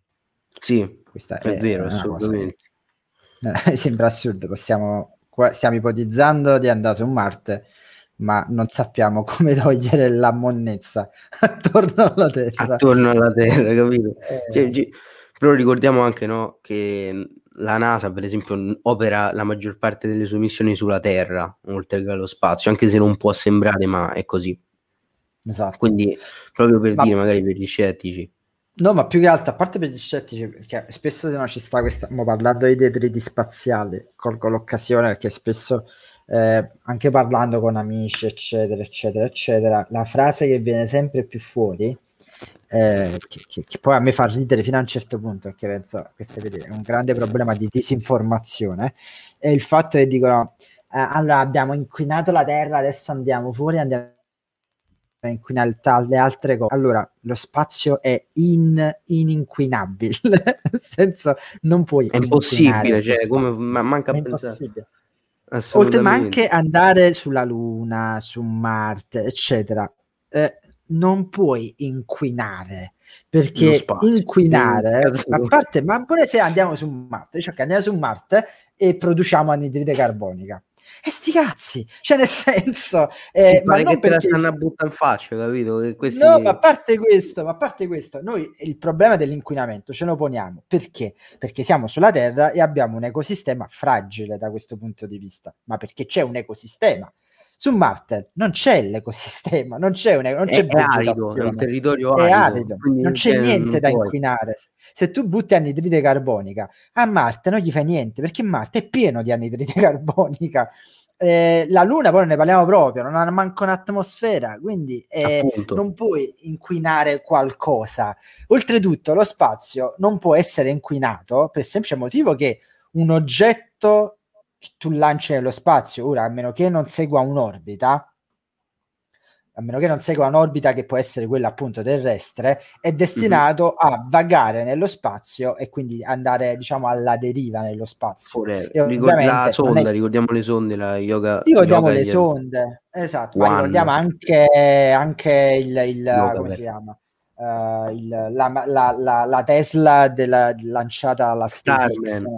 Sì, Questa è è vero, una cosa che assolutamente. eh, sembra assurdo. Possiamo, qua- stiamo ipotizzando di andare su Marte, ma non sappiamo come togliere la monnezza attorno alla Terra. Attorno alla Terra, capito? Cioè, Eh, ci- però ricordiamo anche, no, che la NASA, per esempio, n- opera la maggior parte delle sue missioni sulla Terra, oltre che allo spazio, anche se non può sembrare, ma è così. esatto. Quindi, proprio per Ma dire, magari per gli scettici. no, ma più che altro, a parte per gli scettici, perché spesso se no ci sta questa, mo parlando di detriti spaziali, colgo l'occasione perché spesso, eh, anche parlando con amici, eccetera, eccetera, eccetera, la frase che viene sempre più fuori, eh, che, che- che poi a me fa ridere fino a un certo punto, perché penso, questo è un grande problema di disinformazione, è il fatto che dicono, eh, allora abbiamo inquinato la Terra, adesso andiamo fuori, andiamo a inquinare le altre cose. Allora, lo spazio è in, ininquinabile, nel senso non puoi È inquinare impossibile, lo cioè, come spazio, ma- manca è a pensare. impossibile. Oltre, ma anche Assolutamente. andare sulla Luna, su Marte, eccetera, eh, non puoi inquinare, Lo perché spazio. Che inquinare, cazzo a vuoi? parte, ma pure se andiamo su Marte, cioè che andiamo su Marte e produciamo anidride carbonica. E sti cazzi, cioè nel senso, Sì, eh, ma pare non che te la perché... stanno a buttare in faccia, capito? Che No, ma a questi... parte questo, ma a parte questo, noi il problema dell'inquinamento ce lo poniamo perché? Perché siamo sulla Terra e abbiamo un ecosistema fragile da questo punto di vista, ma perché c'è un ecosistema. Su Marte non c'è l'ecosistema, non c'è, un, non È, c'è è arido, è un vegetazione, territorio è arido, arido, non quindi c'è cioè, niente non da puoi. inquinare. Se tu butti anidride carbonica a Marte non gli fai niente perché Marte è pieno di anidride carbonica. Eh, la Luna poi non ne parliamo proprio, non ha manco un'atmosfera, quindi eh, Appunto. non puoi inquinare qualcosa. Oltretutto, lo spazio non può essere inquinato per il semplice motivo che un oggetto che tu lanci nello spazio, ora a meno che non segua un'orbita, a meno che non segua un'orbita che può essere quella appunto terrestre, è Mhm. destinato a vagare nello spazio e quindi andare, diciamo, alla deriva nello spazio. Forever. E Ricor- la ovviamente non è... sonda, ricordiamo le sonde, la Yoga, Ricordiamo Yoga le sonde, esatto, ma ricordiamo One, anche, anche il, il Yoga come si per chiama? Uh, il, la, la, la, la Tesla della, lanciata alla SpaceX, Starman.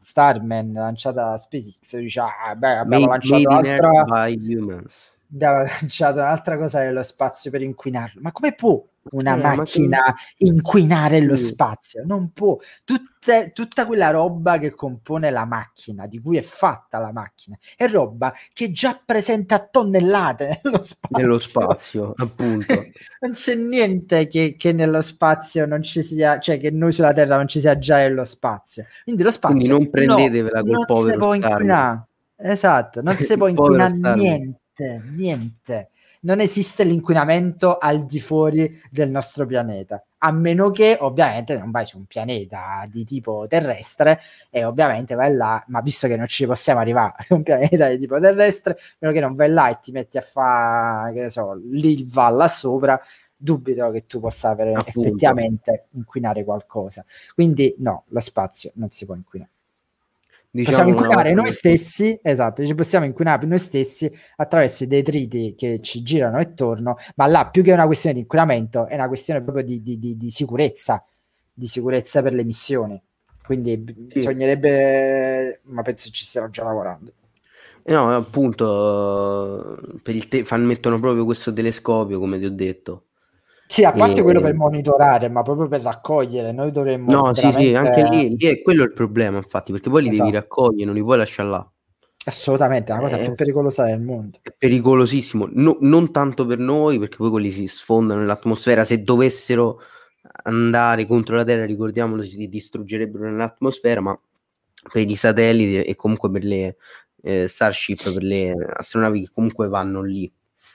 Starman lanciata da SpaceX, dice ah, beh, abbiamo Made, lanciato made in Earth un'altra by humans. abbiamo lanciato un'altra cosa nello spazio per inquinarlo. Ma come può una Eh, ma che... macchina inquinare lo Sì. spazio? Non può. Tutte, tutta quella roba che compone la macchina, di cui è fatta la macchina, è roba che già presenta tonnellate nello spazio. Nello spazio, appunto. Non c'è niente che, che nello spazio non ci sia, cioè che noi sulla Terra non ci sia già nello spazio. Quindi lo spazio Quindi non prendetevela no, col non si povero può Starman. inquinare. Esatto, non si può Il povero inquinare Starman. niente, niente. Non esiste l'inquinamento al di fuori del nostro pianeta, a meno che ovviamente non vai su un pianeta di tipo terrestre e ovviamente vai là, ma visto che non ci possiamo arrivare a un pianeta di tipo terrestre, a meno che non vai là e ti metti a fare, che ne so, lì il va là sopra, dubito che tu possa avere Appunto. effettivamente inquinare qualcosa. Quindi no, lo spazio non si può inquinare. Diciamo Possiamo inquinare noi per... stessi, esatto, ci possiamo inquinare noi stessi attraverso i detriti che ci girano attorno, ma là più che una questione di inquinamento è una questione proprio di, di, di, di sicurezza, di sicurezza per le missioni. Quindi Sì. bisognerebbe, ma penso ci stiano già lavorando. Eh no, appunto, per il te- fan, mettono proprio questo telescopio, come ti ho detto. Sì, a parte E... quello per monitorare, ma proprio per raccogliere, noi dovremmo No, sì, veramente... sì, anche lì, lì è quello il problema, infatti, perché poi li devi Esatto. raccogliere, non li puoi lasciare là. Assolutamente, è la cosa È, più pericolosa del mondo. è pericolosissimo, No- non tanto per noi, perché poi quelli si sfondano nell'atmosfera, se dovessero andare contro la Terra, ricordiamolo, si distruggerebbero nell'atmosfera, ma per i satelliti e comunque per le eh, Starship, per le astronavi che comunque vanno lì.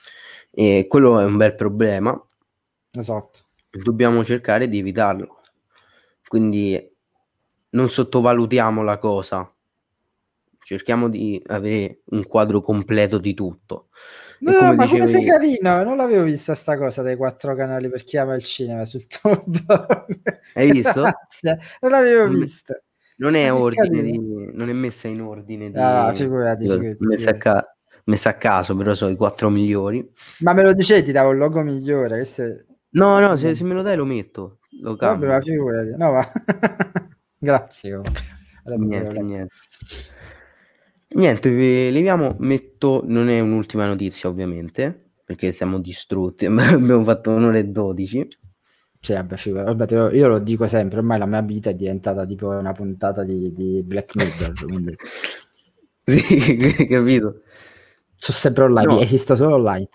E quello è un bel problema. Esatto. Dobbiamo cercare di evitarlo. Quindi non sottovalutiamo la cosa. Cerchiamo di avere un quadro completo di tutto. No, E come ma come sei dicevi, carino, non l'avevo vista sta cosa dei quattro canali per chi ama il cinema sul tuo blog. hai visto? Grazie, non l'avevo Non, vista. non è Ma che ordine di, carino. non è messa in ordine Ah, di, figurati, di figurati, messa, a figurati. ca- messa a caso, però sono i quattro migliori. Ma me lo dicevi, ti davo un logo migliore. Questo è... No, no, se, se me lo dai lo metto, lo Vabbè, ma cambio. figurati. No, ma... Grazie. Comunque. Niente, niente. Niente, vi leviamo, metto, non è un'ultima notizia ovviamente, perché siamo distrutti, abbiamo fatto un'ora e dodici. Sì, vabbè, figurati. Vabbè, te lo- io lo dico sempre, ormai la mia vita è diventata tipo una puntata di, di Black Mirror, quindi Sì, capito. sono sempre online, No, esisto solo online.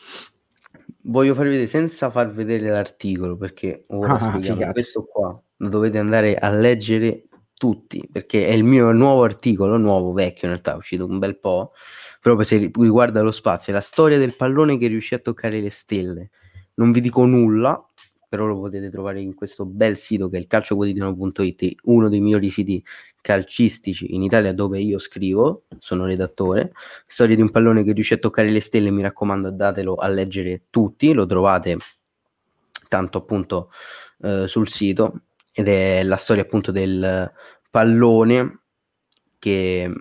voglio farvi vedere senza far vedere l'articolo, perché ora Ah, spieghiamo figata. questo qua, lo dovete andare a leggere tutti, perché è il mio nuovo articolo, nuovo, vecchio in realtà, è uscito un bel po', proprio se riguarda lo spazio, è la storia del pallone che riuscì a toccare le stelle. Non vi dico nulla, però lo potete trovare in questo bel sito che è il calcioquotidiano punto it, uno dei migliori siti calcistici in Italia dove io scrivo, sono redattore. Storia di un pallone che riuscì a toccare le stelle, mi raccomando, andatelo a leggere tutti, lo trovate tanto appunto eh, sul sito, ed è la storia appunto del pallone che,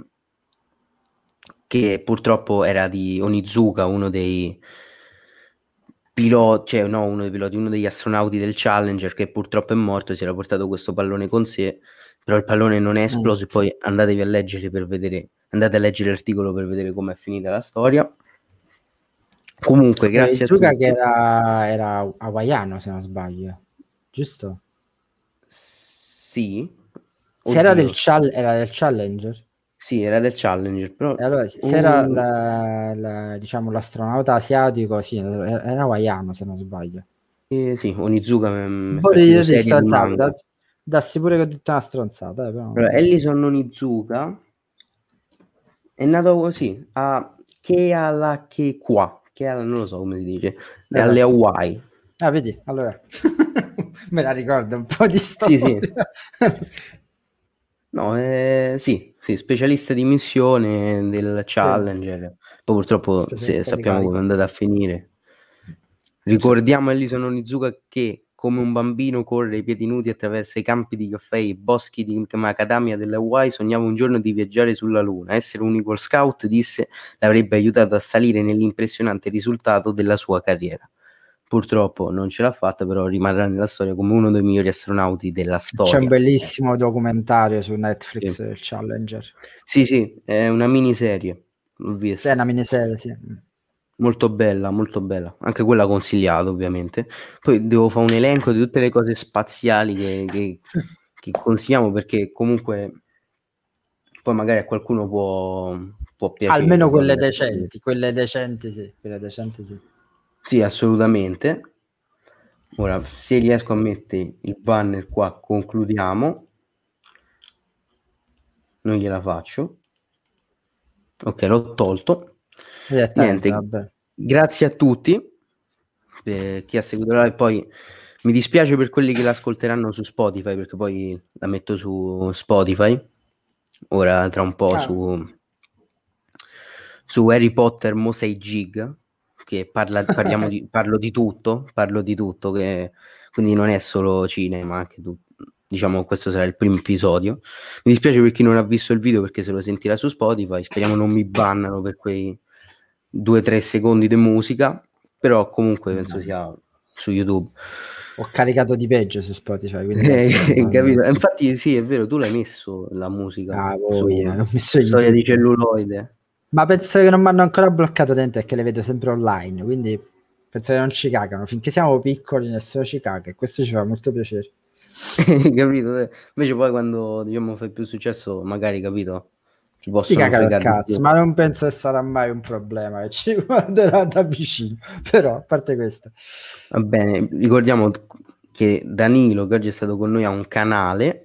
che purtroppo era di Onizuka, uno dei piloti, cioè no, uno dei piloti, uno degli astronauti del Challenger, che purtroppo è morto, si era portato questo pallone con sé, però il pallone non è esploso. Mm. E poi andatevi a leggere per vedere, andate a leggere l'articolo per vedere com'è finita la storia. Comunque, grazie a tutti. Zucca che era, era hawaiano, se non sbaglio, giusto? Sì. Se era del, chal- era del Challenger? Sì, era del Challenger, però... E allora, se um... era la, la, diciamo, l'astronauta asiatico, sì, era, era hawaiano, se non sbaglio. Eh, sì, Onizuka mi è Pure partito io ti serie di stronzato, manga. da, dassi pure che ho detto una stronzata. Eh, però... Allora, Ellison Onizuka è nato così, a Kealakekua, che non lo so come si dice, è esatto. alle Hawaii. Ah, vedi, allora me la ricordo un po' di storia. Sì, sì. No, eh, sì, sì, specialista di missione del Challenger. Sì. Poi purtroppo se, sappiamo come è andata a finire. Ricordiamo Ellison Onizuka che, come un bambino, corre ai piedi nudi attraverso i campi di caffè e i boschi di macadamia delle Hawaii, sognava un giorno di viaggiare sulla Luna. Essere un Eagle Scout, disse, l'avrebbe aiutato a salire nell'impressionante risultato della sua carriera. purtroppo non ce l'ha fatta, però rimarrà nella storia come uno dei migliori astronauti della storia. C'è un bellissimo documentario su Netflix, sì. il Challenger. Sì, sì, è una miniserie, l'ho vista. È una miniserie, sì. Molto bella, molto bella. Anche quella consigliata, ovviamente. Poi devo fare un elenco di tutte le cose spaziali che, che, che consigliamo, perché comunque poi magari a qualcuno può, può piacere. Almeno quelle decenti, quelle decenti sì, quelle decenti sì. Sì, assolutamente. Ora, se riesco a mettere il banner qua, concludiamo. Non gliela faccio. Ok, l'ho tolto. Niente, vabbè. Grazie a tutti per chi ha seguito la live. Poi mi dispiace per quelli che l'ascolteranno su Spotify, perché poi la metto su Spotify ora tra un po' ah. su su Harry Potter Mosaic Gig, che parla, parliamo di, parlo di tutto, parlo di tutto, che quindi non è solo cinema, anche tutto. Diciamo, questo sarà il primo episodio. Mi dispiace per chi non ha visto il video, perché se lo sentirà su Spotify, speriamo non mi bannano per quei due o tre secondi di musica, però comunque penso no. sia su YouTube. Ho caricato di peggio su Spotify, quindi eh, capito? Infatti sì, è vero, tu l'hai messo la musica ah, voi, su ho messo Storia di celluloide. Ma penso che non mi hanno ancora bloccato dentro, perché le vedo sempre online, quindi penso che non ci cagano. Finché siamo piccoli nessuno ci caga, e questo ci fa molto piacere. Capito? Invece poi quando, diciamo, fai più successo, magari, capito, ti possono ti caga il cazzo, ma non penso che sarà mai un problema, che ci guarderà da vicino. Però, a parte questo. Va bene, ricordiamo che Danilo, che oggi è stato con noi, ha un canale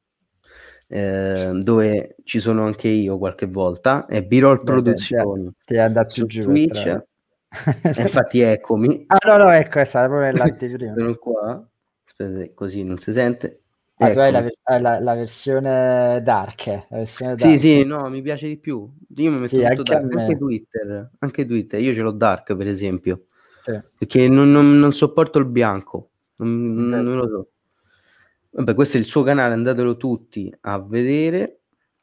eh, dove ci sono anche io qualche volta, è B-Roll Produzioni. Ti è andato più giù Twitch. E infatti eccomi. Ah no, no, ecco, è stata proprio l'anteprima. Sono qua. Aspetta, così non si sente. Ah, tu hai la, hai la, la versione dark, la versione dark. Sì, sì, no, mi piace di più. Io mi metto sì, tutto anche, dark. Anche Twitter, anche Twitter, io ce l'ho dark, per esempio. Sì. Perché non, non, non sopporto il bianco. Non, sì. non lo so. Vabbè, questo è il suo canale, andatelo tutti a vedere.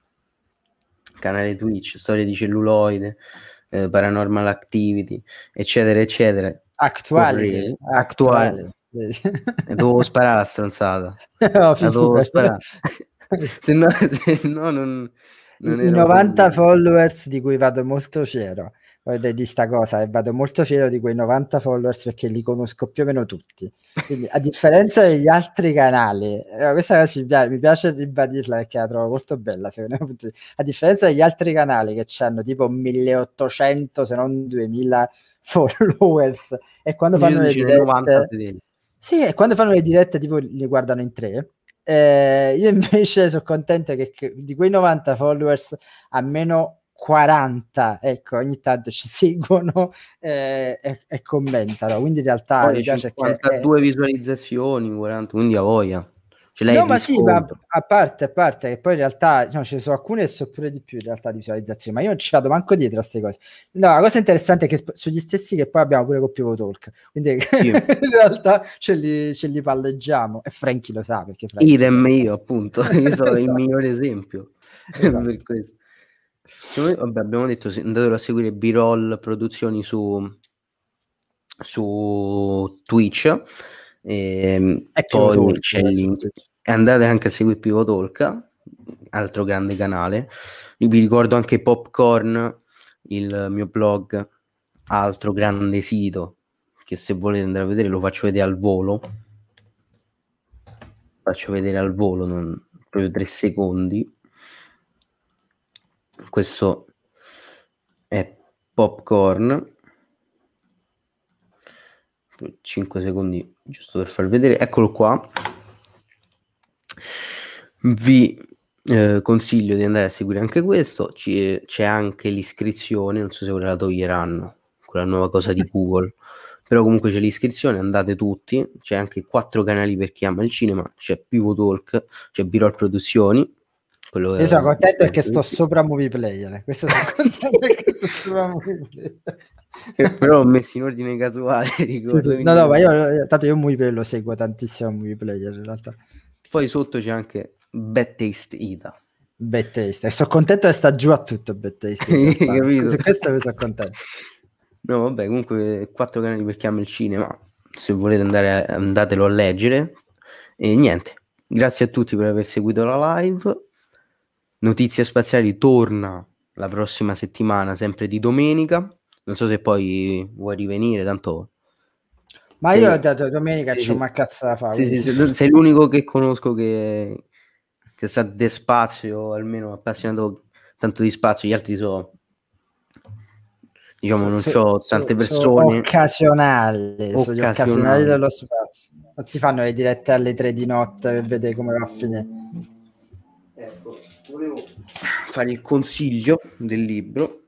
Canale Twitch, Storia di celluloide, eh, Paranormal Activity, eccetera, eccetera. Attuali. Attuali. Devo sparare la stronzata. No, la devo sparare. se no, se no non, non i novanta followers di cui vado molto fiero di sta cosa, e vado molto fiero di quei novanta followers perché li conosco più o meno tutti. Quindi, a differenza degli altri canali, eh, questa cosa mi piace, mi piace ribadirla perché la trovo molto bella, secondo me. A differenza degli altri canali che hanno tipo milleottocento se non duemila followers, e quando fanno le dirette novanta, sì, e quando fanno le dirette tipo li guardano in tre. Eh, io invece sono contento che, che di quei novanta followers almeno quaranta, ecco, ogni tanto ci seguono eh, e, e commentano, quindi in realtà poi mi piace cinquantadue che, eh, visualizzazioni, quaranta, quindi a voglia. Ce l'hai no, ma sì, ma a parte, a parte che poi in realtà no, ce ne sono alcune che so pure di più in realtà di visualizzazioni, ma io non ci vado manco dietro a queste cose. No, la cosa interessante è che sp- sugli stessi che poi abbiamo pure con Pivo Talk, quindi sì. in realtà ce li, ce li palleggiamo, e Franky lo sa perché Franky idem io appunto, io sono esatto. il migliore esempio esatto. per questo. Cioè, vabbè, abbiamo detto andatelo a seguire B-Roll Produzioni su su Twitch e, e poi c'è il link. Andate anche a seguire Pivo Talk, altro grande canale. Io vi ricordo anche Popcorn, il mio blog, altro grande sito che se volete andare a vedere lo faccio vedere al volo. Faccio vedere al volo, non proprio tre secondi. Questo è Popcorn. cinque secondi giusto per far vedere. Eccolo qua. Vi eh, consiglio di andare a seguire anche questo. C- c'è anche l'iscrizione, non so se ora la toglieranno, quella nuova cosa di Google, però comunque c'è l'iscrizione, andate tutti. C'è anche quattro canali per chi ama il cinema, c'è Pivo Talk, c'è B-Roll Produzioni. Quello io sono contento perché sto sopra Movie Player. Questo sono contento perché sto sopra Movie Player. Però ho messo in ordine casuale, ricordo. Sì, sì. No, no, ma io tanto io Movie Player lo seguo tantissimo, Movie Player in realtà. Poi sotto c'è anche Bad Taste Ita. Bad Taste, e sono contento che sta giù a tutto Bad Taste. Capito? Su questo mi sono contento. No, vabbè, comunque quattro canali per chi ama il cinema se volete andare andatelo a leggere. E niente, grazie a tutti per aver seguito la live. Notizie Spaziali torna la prossima settimana, sempre di domenica. Non so se poi vuoi rivenire, tanto ma sei... io ho dato domenica sì, c'ho una cazzo da fare. sì, sì, sì, sei l'unico che conosco che, che sa di spazio, almeno appassionato tanto di spazio. Gli altri sono, diciamo, non so, so so, tante so persone occasionali, sono gli occasionali occasionali dello spazio. Non si fanno le dirette alle tre di notte per vedere come va a finire. Ecco, volevo fare il consiglio del libro.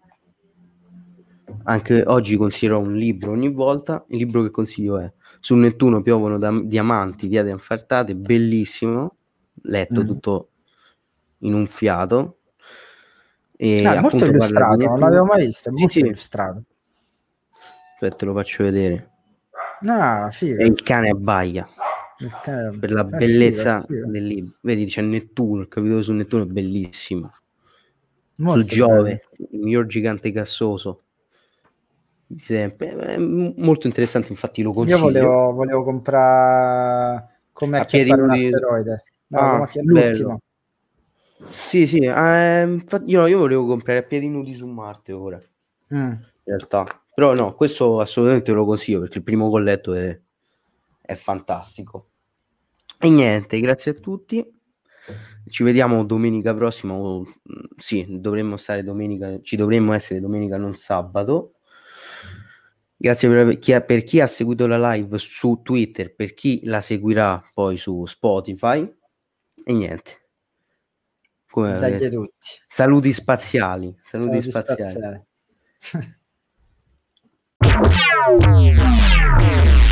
Anche oggi consiglierò un libro ogni volta. Il libro che consiglio è Su Nettuno piovono da- diamanti, diade infartate, bellissimo, letto Mm. tutto in un fiato. E Ah, è molto appunto parla di illustrato, non Nettuno. l'avevo mai visto, è Sì, molto sì, illustrato. aspetta, te lo faccio vedere. Ah, E figo. il cane abbaia Il cane- per la è figo, è bellezza figo. del libro. Vedi, c'è Nettuno, il capitolo su Nettuno è bellissimo. Su Molto bello. Giove, il miglior gigante gassoso di sempre. È m- molto interessante, infatti lo Io consiglio. volevo, volevo comprare Come A piedi acchiappare un nudi. asteroide. No, Ah, come acchi- bello. l'ultimo. Sì, sì, eh, infatti io, io volevo comprare A piedi nudi su Marte ora, Mm. in realtà. Però no, questo assolutamente lo consiglio perché il primo colletto è, è fantastico. E niente, grazie a tutti. Ci vediamo domenica prossima. O, sì, dovremmo stare domenica, ci dovremmo essere domenica, non sabato. Grazie per chi, ha, per chi ha seguito la live su Twitter, per chi la seguirà poi su Spotify. E niente. Come, Dagli a tutti. saluti spaziali. Saluti Sono spaziali. dispaziale.